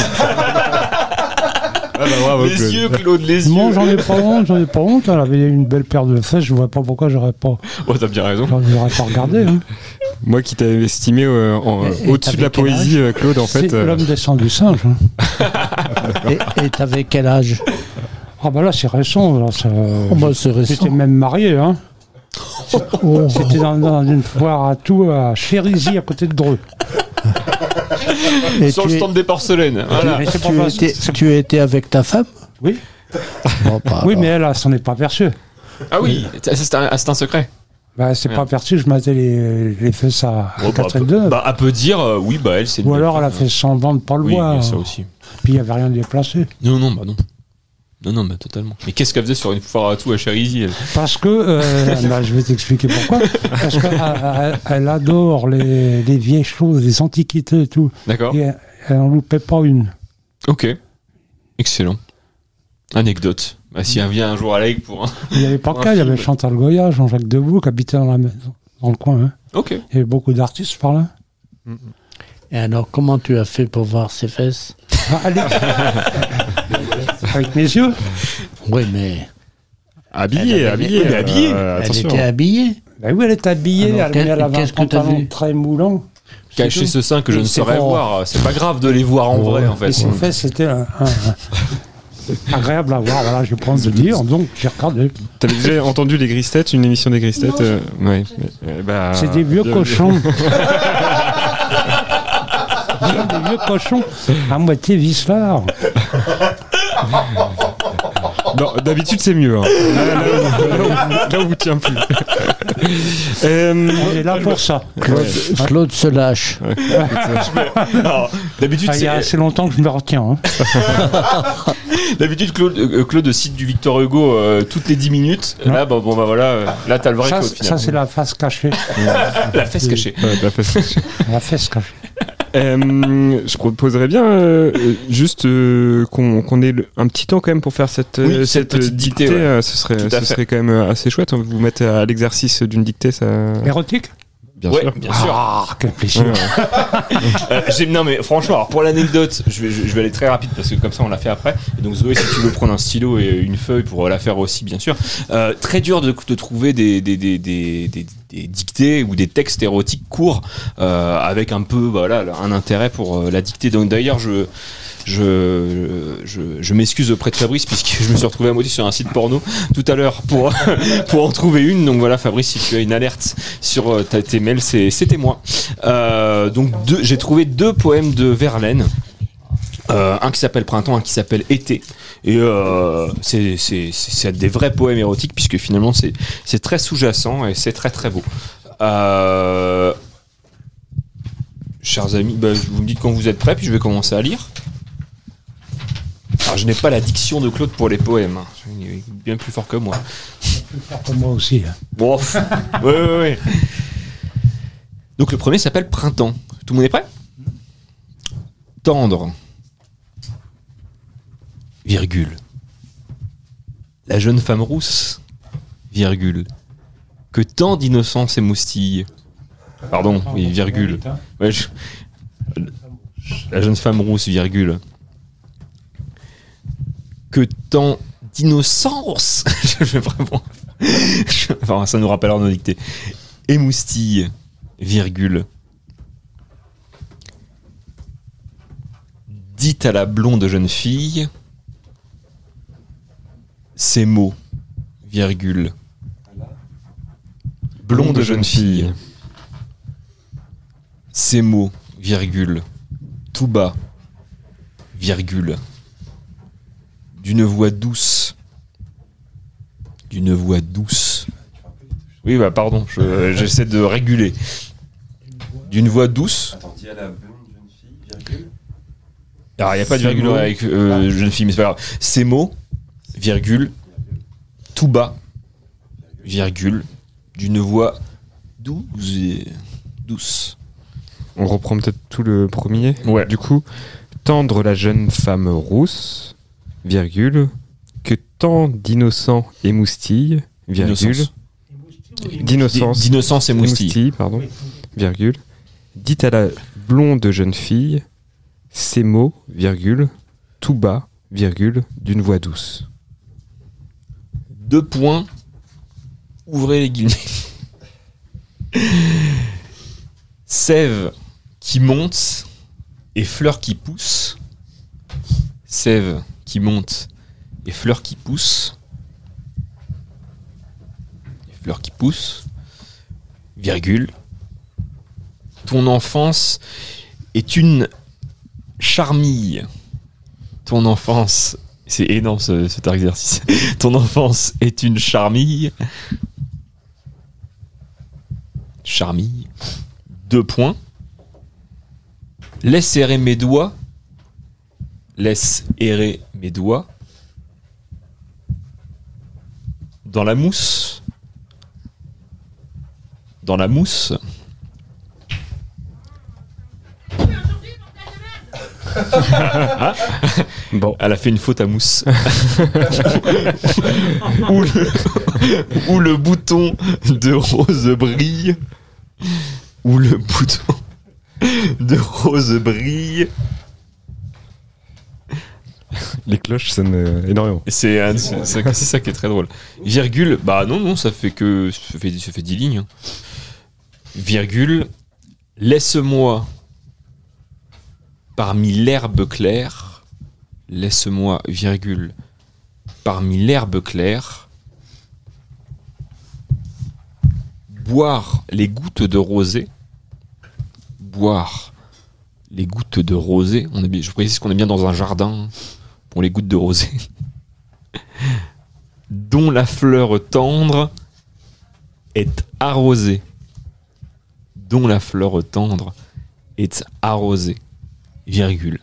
Ah bah bravo, les Claude. Yeux, Claude, les non, yeux. j'en ai pas honte, j'en ai pas honte. Elle avait une belle paire de fesses, je vois pas pourquoi j'aurais pas. Oh, t'as bien raison. J'aurais pas regardé. Hein. Moi qui t'avais estimé euh, en, et, au-dessus de la poésie, euh, Claude, en fait. C'est euh... l'homme descend du singe. Hein. et, et t'avais quel âge? Ah bah là, c'est récent. Là, ça... oh bah, c'est récent. J'étais même marié, hein. Oh. C'était dans, dans une foire à tout à Chérisy à côté de Dreux. Et sur le stand es... des porcelaines. Voilà. Tu, tu, étais, tu étais avec ta femme? Oui. Bon, pas, oui, pas. mais elle, elle s'en est pas aperçue. Ah oui, c'est un, c'est un secret. Bah, c'est ouais. pas aperçu, je m'attendais les, les fesses à, à oh, Catherine Deneuve. Bah, elle peut dire, euh, oui, bah elle, c'est Ou alors elle a fait semblant de pas le oui, voir. Oui, ça aussi. Puis il n'y avait rien de déplacé. Non, non, bah non. Non, non, mais totalement. Mais qu'est-ce qu'elle faisait sur une foire à tout à Chérizy elle Parce que, euh, bah, je vais t'expliquer pourquoi. Parce qu'elle elle, elle adore les, les vieilles choses, les antiquités et tout. D'accord. Et elle, elle en loupait pas une. Ok. Excellent. Anecdote. Bah, si elle vient un jour à l'Aigle pour un. Il n'y avait pas pour un qu'elle, il y film. avait Chantal Goya, Jean-Jacques Debout qui habitait dans, la maison, dans le coin. Hein. Ok. Il y avait beaucoup d'artistes par là. Et alors, comment tu as fait pour voir ses fesses? Ah, allez. Avec mes yeux. Oui, mais. Habillée, Elle avait- habillée. elle est habillée. euh, Elle attention. était habillée. Ben oui, elle était habillée, Alors, elle, qu'est- elle avait un qu'est-ce que t'as pantalon vu très moulant. Cacher ce sein que je Et ne c'est saurais bon. voir. C'est pas grave de les voir en vrai, en fait. Et ses fesses, c'était un, un- un- agréable à voir, voilà, je pense de dire. Donc, j'ai regardé. T'avais déjà entendu les Grises Têtes, une émission des Grises Têtes euh, ouais. Euh, bah, C'est des vieux bien- cochons. Des vieux cochons à moitié vicelard. Non, d'habitude c'est mieux. Hein. Là, là, là, là, là, on vous tient plus. euh, On est là pour ça. Claude, Claude se lâche. Alors, d'habitude, Ah, il y a c'est- assez longtemps que je me retiens. Hein. d'habitude, Claude, euh, Claude cite du Victor Hugo euh, toutes les dix minutes. Là, bon, bon, bah voilà, euh, là, t'as le vrai Ça, Claude, ça finalement. c'est la face cachée. La fesse cachée. ouais, bah, parce- La fesse cachée. Euh, je proposerais bien euh, euh, juste euh, qu'on qu'on ait le- un petit temps quand même pour faire cette, Oui, euh, cette cette petite dictée. dictée, ouais. euh, ce serait, Tout à ce fait. serait quand même euh, assez chouette. Vous mettre à l'exercice d'une dictée, ça. Érotique. Bien Ouais, sûr. bien sûr. Ah, quel plaisir. Ouais, ouais. Euh, j'ai- non mais franchement, alors pour l'anecdote, je vais, je, je vais aller très rapide parce que comme ça on l'a fait après. Et donc Zoé, si tu veux prendre un stylo et une feuille pour la faire aussi, bien sûr. Euh, très dur de, de trouver des, des, des, des, des, des dictées ou des textes érotiques courts euh, avec un peu voilà un intérêt pour euh, la dictée. Donc d'ailleurs je Je, je, je m'excuse auprès de Fabrice puisque je me suis retrouvé à moitié sur un site porno tout à l'heure pour, pour en trouver une. Donc voilà, Fabrice, si tu as une alerte sur euh, ta, tes mails, c'est, c'était moi. Euh, donc deux, j'ai trouvé deux poèmes de Verlaine. Euh, un qui s'appelle Printemps, un qui s'appelle Été. Et euh, c'est, c'est, c'est, c'est des vrais poèmes érotiques puisque finalement c'est, c'est très sous-jacent et c'est très très beau. Euh, chers amis, bah, vous me dites quand vous êtes prêts puis je vais commencer à lire. Alors, je n'ai pas la diction de Claude pour les poèmes. hein. Il est bien plus fort que moi. Plus fort que moi aussi. Hein. Bon, pff, ouais, ouais, ouais. Donc le premier s'appelle Printemps. Tout le monde est prêt ? Tendre. Virgule. La jeune femme rousse. Virgule. Que tant d'innocence émoustille. Pardon, oui, virgule. Ouais, je- La jeune femme rousse, virgule. Que tant d'innocence. Je vais vraiment. Enfin, ça nous rappellera nos dictées. Émoustille, virgule. Dites à la blonde jeune fille ces mots, virgule. Blonde jeune fille. Ces mots, virgule. Tout bas, virgule. D'une voix douce. D'une voix douce. Oui, bah pardon, je- j'essaie de réguler. D'une voix douce. Attends, dis à la blonde jeune fille, virgule. Alors, il n'y a pas de Ces virgule mots. avec euh, jeune fille, mais c'est pas grave. Ces mots, virgule, tout bas, virgule, d'une voix douce. et- douce. On reprend peut-être tout le premier. Ouais. Du coup, tendre la jeune femme rousse, virgule, que tant d'innocents émoustillent, virgule, d'innocence, D'innocence émoustille. pardon, virgule, dites à la blonde jeune fille ces mots, virgule, tout bas, virgule, d'une voix douce. Deux points. Ouvrez les guillemets. Sève qui monte et fleurs qui poussent. Sève qui monte et fleurs qui poussent. Et fleurs qui poussent. Virgule. Ton enfance est une charmille. Ton enfance, c'est énorme ce, cet exercice. Ton enfance est une charmille. Charmille. Deux points. Laisse errer mes doigts. Laisse errer mes doigts. Dans la mousse. Dans la mousse. Ah, bon, elle a fait une faute à mousse. où, le, où le bouton de rose brille. Où le bouton de rose brille. Les cloches sonnent énormément. C'est, euh, c'est, c'est, c'est ça qui est très drôle. Virgule, bah non, non, ça fait que. Ça fait, ça fait dix lignes. Hein. Virgule, laisse-moi. Parmi l'herbe claire, laisse-moi, virgule, parmi l'herbe claire, boire les gouttes de rosée, boire les gouttes de rosée, on est bien, je précise qu'on est bien dans un jardin pour les gouttes de rosée, dont la fleur tendre est arrosée, dont la fleur tendre est arrosée. Virgule.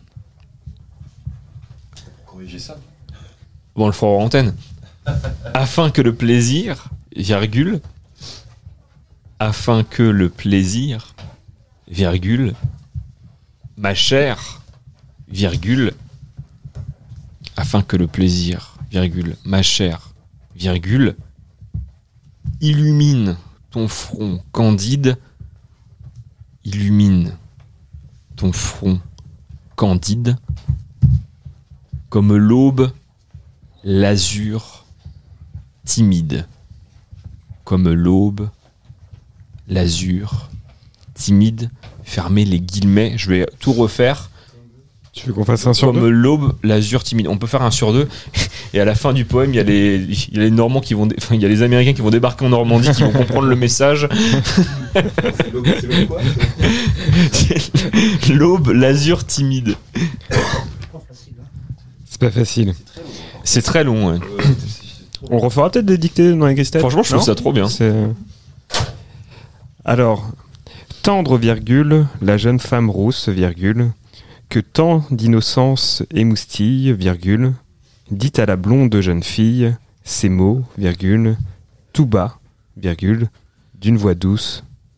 Corrigez ça. Bon, on le fera en antenne. Afin que le plaisir, virgule, afin que le plaisir, virgule, ma chère, virgule, afin que le plaisir, virgule, ma chère, virgule, illumine ton front candide, illumine ton front candide, comme l'aube, l'azur timide, comme l'aube, l'azur timide. Fermez les guillemets. Je vais tout refaire. Tu veux qu'on fasse un sur comme deux ? Comme l'aube, l'azur timide. On peut faire un sur deux. Et à la fin du poème, il y a les, il y a les Normands qui vont, dé... enfin, il y a les Américains qui vont débarquer en Normandie, qui vont comprendre le message. C'est l'aube, c'est l'aube quoi ? L'aube, l'azur timide. C'est pas facile. C'est très long. Ouais. On refera peut-être des dictées dans les Christelle. Franchement, je trouve non ça trop bien. C'est... Alors, tendre, virgule, la jeune femme rousse, virgule, que tant d'innocence émoustille, virgule, dit à la blonde jeune fille ces mots, virgule, tout bas, virgule, d'une voix douce.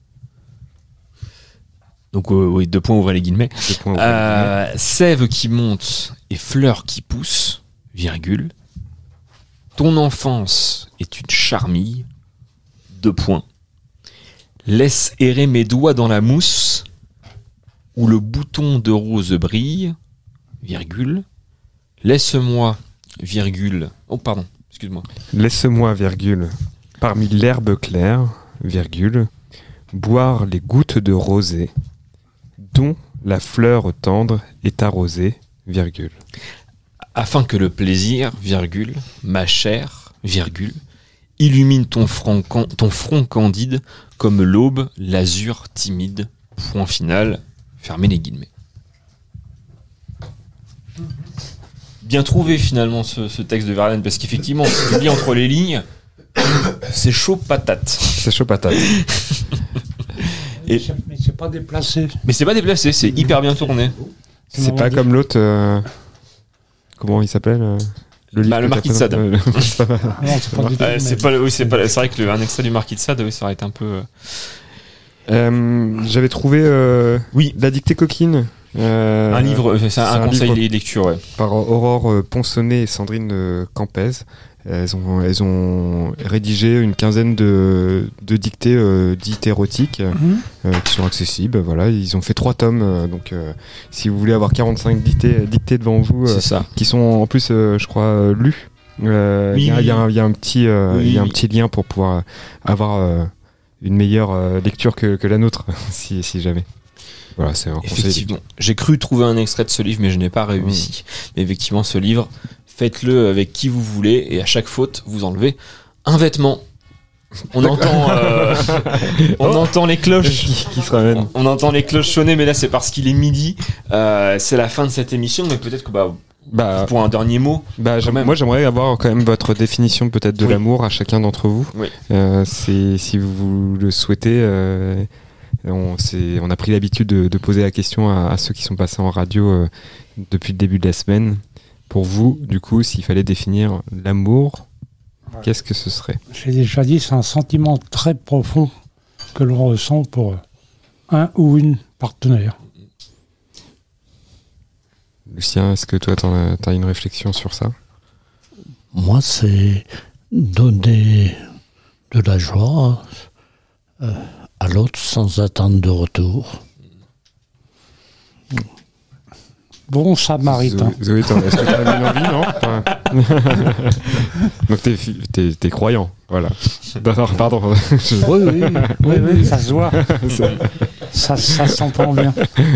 Donc, euh, oui, deux points, ouvrez les guillemets. Deux points, ouvrez Euh, les guillemets. sève qui monte et fleurs qui poussent, virgule. Ton enfance est une charmille, deux points. Laisse errer mes doigts dans la mousse, où le bouton de rose brille, virgule. Laisse-moi, virgule. Oh, pardon, excuse-moi. Laisse-moi, virgule, parmi l'herbe claire, virgule, boire les gouttes de rosée, dont la fleur tendre est arrosée, virgule. Afin que le plaisir, virgule, ma chère, virgule, illumine ton front, can- ton front candide comme l'aube, l'azur timide, point final, fermez les guillemets. Bien trouvé finalement ce, ce texte de Verlaine, parce qu'effectivement, si tu lis entre les lignes, c'est chaud patate. C'est chaud patate. Et- Mais c'est pas déplacé. Mais c'est pas déplacé, c'est hyper bien tourné. C'est pas comme l'autre. euh, Comment il s'appelle euh, livre Bah, le que Marquis de t'as Sade. fait- euh, c'est pas- Ah non, c'est pas du tout. Euh, c'est pas, le- oui, c'est pas, c'est vrai que le, un extrait du Marquis de Sade, oui, ça aurait été un peu. euh, Euh, J'avais trouvé euh, Oui. La dictée coquine. euh, un livre, c'est un, c'est un un conseil livre- de lecture, ouais. par Aurore euh, Ponsonnet et Sandrine euh, Campez. Elles ont, elles ont rédigé une quinzaine de, de dictées euh, dites érotiques Mhm. euh, qui sont accessibles. Voilà, ils ont fait trois tomes. euh, donc, euh, si vous voulez avoir quarante-cinq dictées, dictées devant vous, euh, C'est ça. qui sont en plus, euh, je crois, euh, lues. Euh, Il Oui, y, a- oui. il y a un- il y a un petit, euh, Oui, il y a un oui. petit lien pour pouvoir euh, avoir euh, une meilleure euh, lecture que, que la nôtre, si, si jamais. Voilà, c'est un conseil. Effectivement. J'ai cru trouver un extrait de ce livre, mais je n'ai pas réussi. Mais effectivement, ce livre, faites-le avec qui vous voulez, et à chaque faute, vous enlevez un vêtement. On entend, euh, on entend les cloches. Qui, qui se ramène. On, on entend les cloches sonner, mais là, c'est parce qu'il est midi. Euh, c'est la fin de cette émission, mais peut-être que bah, Bah, pour un dernier mot. Bah, j'aime- même. moi j'aimerais avoir quand même votre définition peut-être de Oui. l'amour à chacun d'entre vous. Oui. Euh, c'est, si vous le souhaitez, euh, on, c'est, on a pris l'habitude de, de poser la question à, à ceux qui sont passés en radio euh, depuis le début de la semaine. Pour vous, du coup, s'il fallait définir l'amour, qu'est-ce que ce serait ? J'ai déjà dit, c'est un sentiment très profond que l'on ressent pour un ou une partenaire. Lucien, est-ce que toi, tu as une réflexion sur ça ? Moi, c'est donner de la joie euh, à l'autre sans attendre de retour. Bon samaritain. Zoé, Zoé est-ce que tu as une envie, non enfin... Donc t'es, t'es, t'es croyant, voilà. Non, pardon. Je... Oui, oui, oui, oui, ça se voit. ça, ça s'entend bien.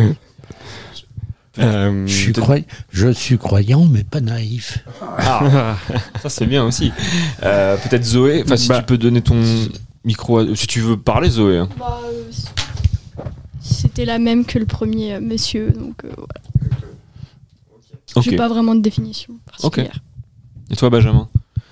Euh, je, suis croy... je suis croyant, mais pas naïf. Ah, ça c'est bien aussi. Euh, peut-être Zoé, enfin si bah, tu peux donner ton micro, à... si tu veux parler Zoé. Hein. Bah, euh, c'était la même que le premier euh, monsieur, donc euh, voilà. Okay. J'ai pas vraiment de définition particulière. Okay. Et toi, Benjamin ?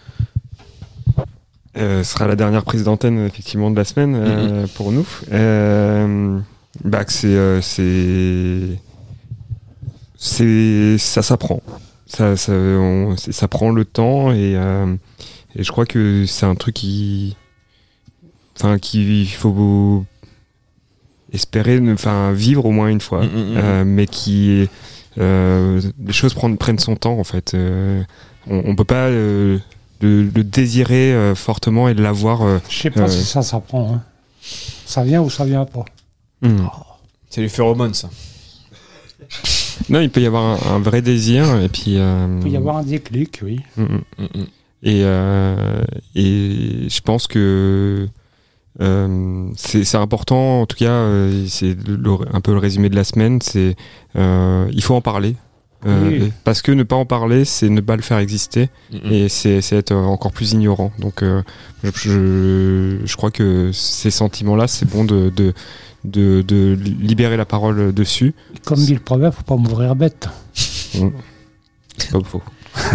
euh, Ce sera la dernière prise d'antenne effectivement de la semaine euh, mm-hmm. pour nous. Euh, bah, c'est, euh, c'est, c'est, ça s'apprend. Ça, ça, on, ça prend le temps et, euh, et je crois que c'est un truc qui, enfin, qu'il faut espérer, enfin, vivre au moins une fois, mm-hmm. euh, mais qui est Euh, les choses prennent, prennent son temps en fait. Euh, on, on peut pas euh, le, le désirer euh, fortement et l'avoir. Euh, Je sais pas euh, si ça s'apprend. Hein. Ça vient ou ça vient pas. Mmh. Oh. C'est les phéromones ça. Non, il peut y avoir un, un vrai désir et puis. Euh, il peut y avoir un déclic, oui. Mmh, mmh. Et euh, et je pense que. Euh, c'est, c'est important, en tout cas, euh, c'est le, un peu le résumé de la semaine, c'est euh, il faut en parler. Euh, oui. Parce que ne pas en parler, c'est ne pas le faire exister, mm-hmm. et c'est, c'est être encore plus ignorant. Donc, euh, je, je crois que ces sentiments-là, c'est bon de, de, de, de libérer la parole dessus. Comme dit le proverbe, faut pas mourir bête. Mmh. C'est pas faux.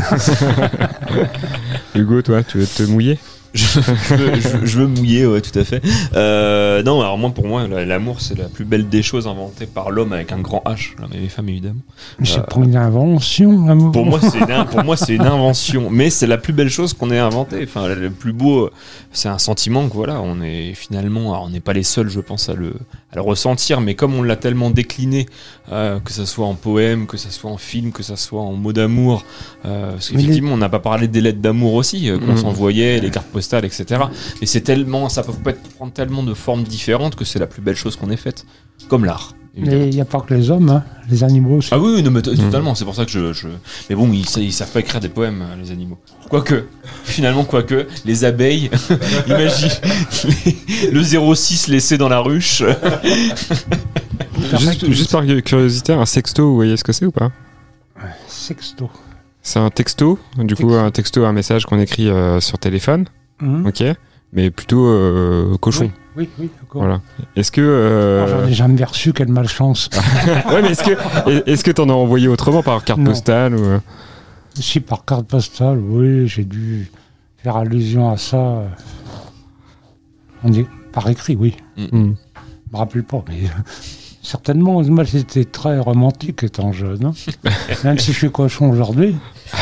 Hugo, toi, tu veux te mouiller ? je, je, veux, je, je veux mouiller, ouais, tout à fait. Euh, non, alors moi, pour moi, l'amour, c'est la plus belle des choses inventées par l'homme avec un grand H, l'homme et les femmes, évidemment. C'est euh, pas une invention, l'amour. Pour moi, c'est une, pour moi, c'est une invention, mais c'est la plus belle chose qu'on ait inventée. Enfin, le plus beau, c'est un sentiment que voilà, on est finalement, alors on n'est pas les seuls, je pense, à le, à le ressentir, mais comme on l'a tellement décliné, euh, que ça soit en poème, que ça soit en film, que ça soit en mots d'amour, euh, parce qu'effectivement, les... on n'a pas parlé des lettres d'amour aussi, euh, qu'on mmh. s'envoyait, les cartes postales, et cetera. Mais c'est tellement, ça peut prendre tellement de formes différentes que c'est la plus belle chose qu'on ait faite, comme l'art. Mais il n'y a pas que les hommes, hein, les animaux aussi. Ah oui, non, mais t- totalement, mmh. c'est pour ça que je, je... Mais bon, ils, ils savent pas écrire des poèmes, les animaux. Quoique, finalement, quoique, les abeilles, imagine, les, le zéro six laissé dans la ruche. juste, juste par curiosité, un sexto, vous voyez ce que c'est ou pas ? Sexto. C'est un texto, du coup, un texto, un message qu'on écrit euh, sur téléphone, mmh. ok, mais plutôt euh, cochon. Oui. Oui, oui, d'accord. Voilà. Est-ce que. Euh... Oh, j'en ai jamais reçu, quelle malchance. Ouais, mais est-ce que est-ce que t'en as envoyé autrement, par carte non. postale ou... Si, par carte postale, oui, j'ai dû faire allusion à ça. On dit par écrit, oui. Mm. Je me rappelle pas, mais certainement, moi, j'étais très romantique étant jeune. Hein. Même si je suis cochon aujourd'hui.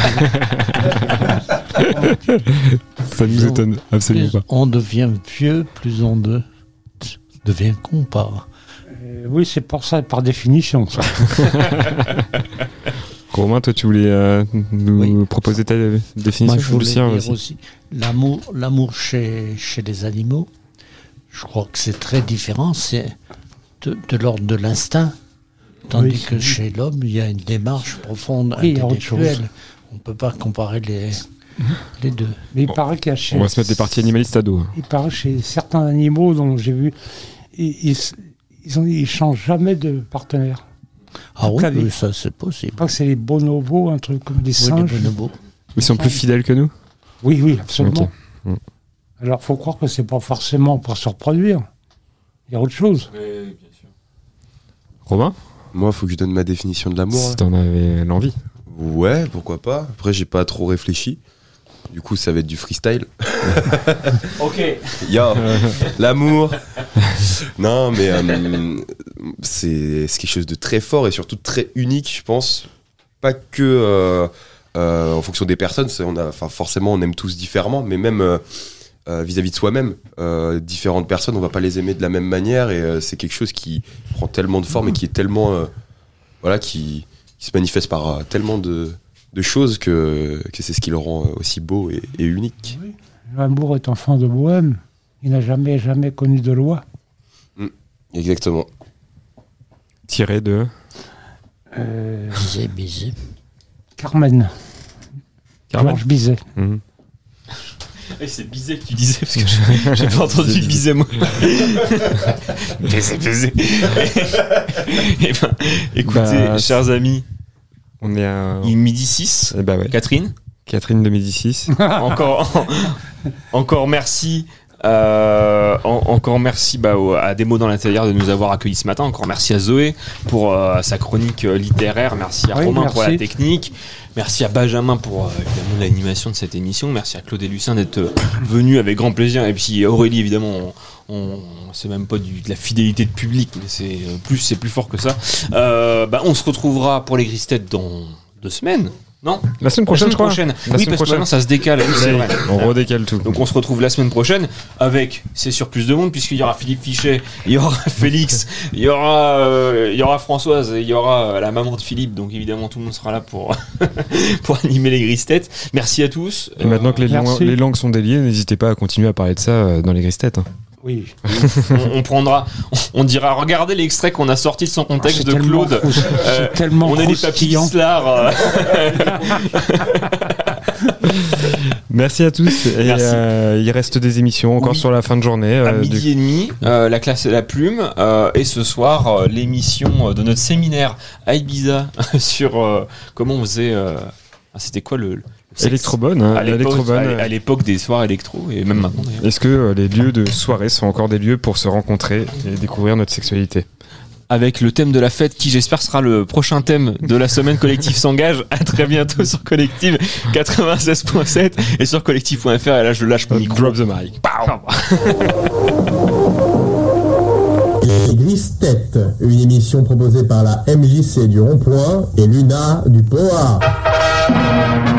Ça nous étonne absolument plus pas. On devient vieux, plus on de... devient con, pas. Euh, oui, c'est pour ça, par définition. Ça. Romain, toi, tu voulais euh, nous oui. proposer ta définition. Moi, je voulais Lucien, dire aussi. aussi l'amour, l'amour chez, chez les animaux, je crois que c'est très différent. C'est de, de l'ordre de l'instinct. Tandis oui, que oui. chez l'homme, il y a une démarche profonde, oui, intellectuelle. On ne peut pas comparer les, les deux. Mais il bon, paraît qu'il y a chez... On va se mettre des parties animalistes à dos. Il paraît chez certains animaux dont j'ai vu, ils, ils, ils, ont, ils changent jamais de partenaire. Ah oui, oui, ça c'est possible. Je crois que c'est les bonobos, un truc comme des oui, singes. Les bonobos. Ils sont plus fidèles que nous ? Oui, oui, absolument. Okay. Alors, il faut croire que c'est pas forcément pour se reproduire. Il y a autre chose. Oui, bien sûr. Romain ? Moi, il faut que je donne ma définition de l'amour. Si t'en avais l'envie. Ouais, pourquoi pas. Après, j'ai pas trop réfléchi. Du coup, ça va être du freestyle. Ok. Yo, l'amour. Non, mais euh, c'est, c'est quelque chose de très fort et surtout très unique, je pense. Pas que euh, euh, en fonction des personnes, c'est, on a, enfin, forcément, on aime tous différemment, mais même euh, euh, vis-à-vis de soi-même, euh, différentes personnes, on va pas les aimer de la même manière, et euh, c'est quelque chose qui prend tellement de forme et qui est tellement, euh, voilà, qui, qui se manifeste par euh, tellement de, de choses que, que c'est ce qui le rend aussi beau et, et unique. Oui. L'amour est enfant de bohème. Il n'a jamais, jamais connu de loi. Mmh, exactement. Tiré de... Euh... Bizet, Bizet. Carmen. Carmen. Georges Bizet. Mmh. Et c'est Bizet que tu disais, parce que j'ai, j'ai pas entendu Bizet, moi. Bizet, Bizet. Et ben, écoutez, bah, chers amis, on est à... il est midi six. Eh bah ouais. Catherine Catherine de midi six. encore, encore merci. Euh, en, encore merci bah, au, à Des mots dans l'intérieur de nous avoir accueillis ce matin. Encore merci à Zoé pour euh, sa chronique euh, littéraire. Merci à oui, Romain merci. pour la technique. Merci à Benjamin pour euh, évidemment l'animation de cette émission. Merci à Claude et Lucien d'être euh, venus avec grand plaisir. Et puis Aurélie, évidemment, on, on, c'est même pas du, de la fidélité de public, mais c'est euh, plus, c'est plus fort que ça. Euh, bah, on se retrouvera pour les Grises Têtes dans deux semaines. Non, la semaine prochaine, la semaine prochaine. La oui, semaine parce prochaine. que maintenant ça se décale. Oui, c'est vrai. On redécale tout. Donc on se retrouve la semaine prochaine avec, c'est sur Plus de Monde, puisqu'il y aura Philippe Fichet, il y aura Félix, il y aura, euh, il y aura Françoise, et il y aura la maman de Philippe. Donc évidemment tout le monde sera là pour pour animer les Grises Têtes. Merci à tous. Et maintenant que les, lang- les langues sont déliées, n'hésitez pas à continuer à parler de ça dans les Grises Têtes. Hein. Oui. on, on prendra, on, on dira, regardez l'extrait qu'on a sorti de son contexte oh, de Claude. Euh, tellement on est des papilles Islar. Merci à tous. Et Merci. Euh, il reste des émissions encore oui. sur la fin de journée. À euh, midi du... et demi, euh, la classe et la plume. Euh, et ce soir, euh, l'émission de notre séminaire à Ibiza sur euh, comment on faisait. Euh, ah, c'était quoi le. le Électrobonne, hein, à, l'époque, Électrobonne. à, à l'époque des soirs électro et même maintenant d'ailleurs. Est-ce que euh, les lieux de soirée sont encore des lieux pour se rencontrer et découvrir notre sexualité ? Avec le thème de la fête qui j'espère sera le prochain thème de la semaine Collectif s'engage. À très bientôt sur Collectif quatre-vingt-seize point sept et sur collectif point f r. Et là je lâche mon micro. Drop the mic. Les Grises Têtes, une émission proposée par la M J C du Rond-Point et l'U N A du P O A.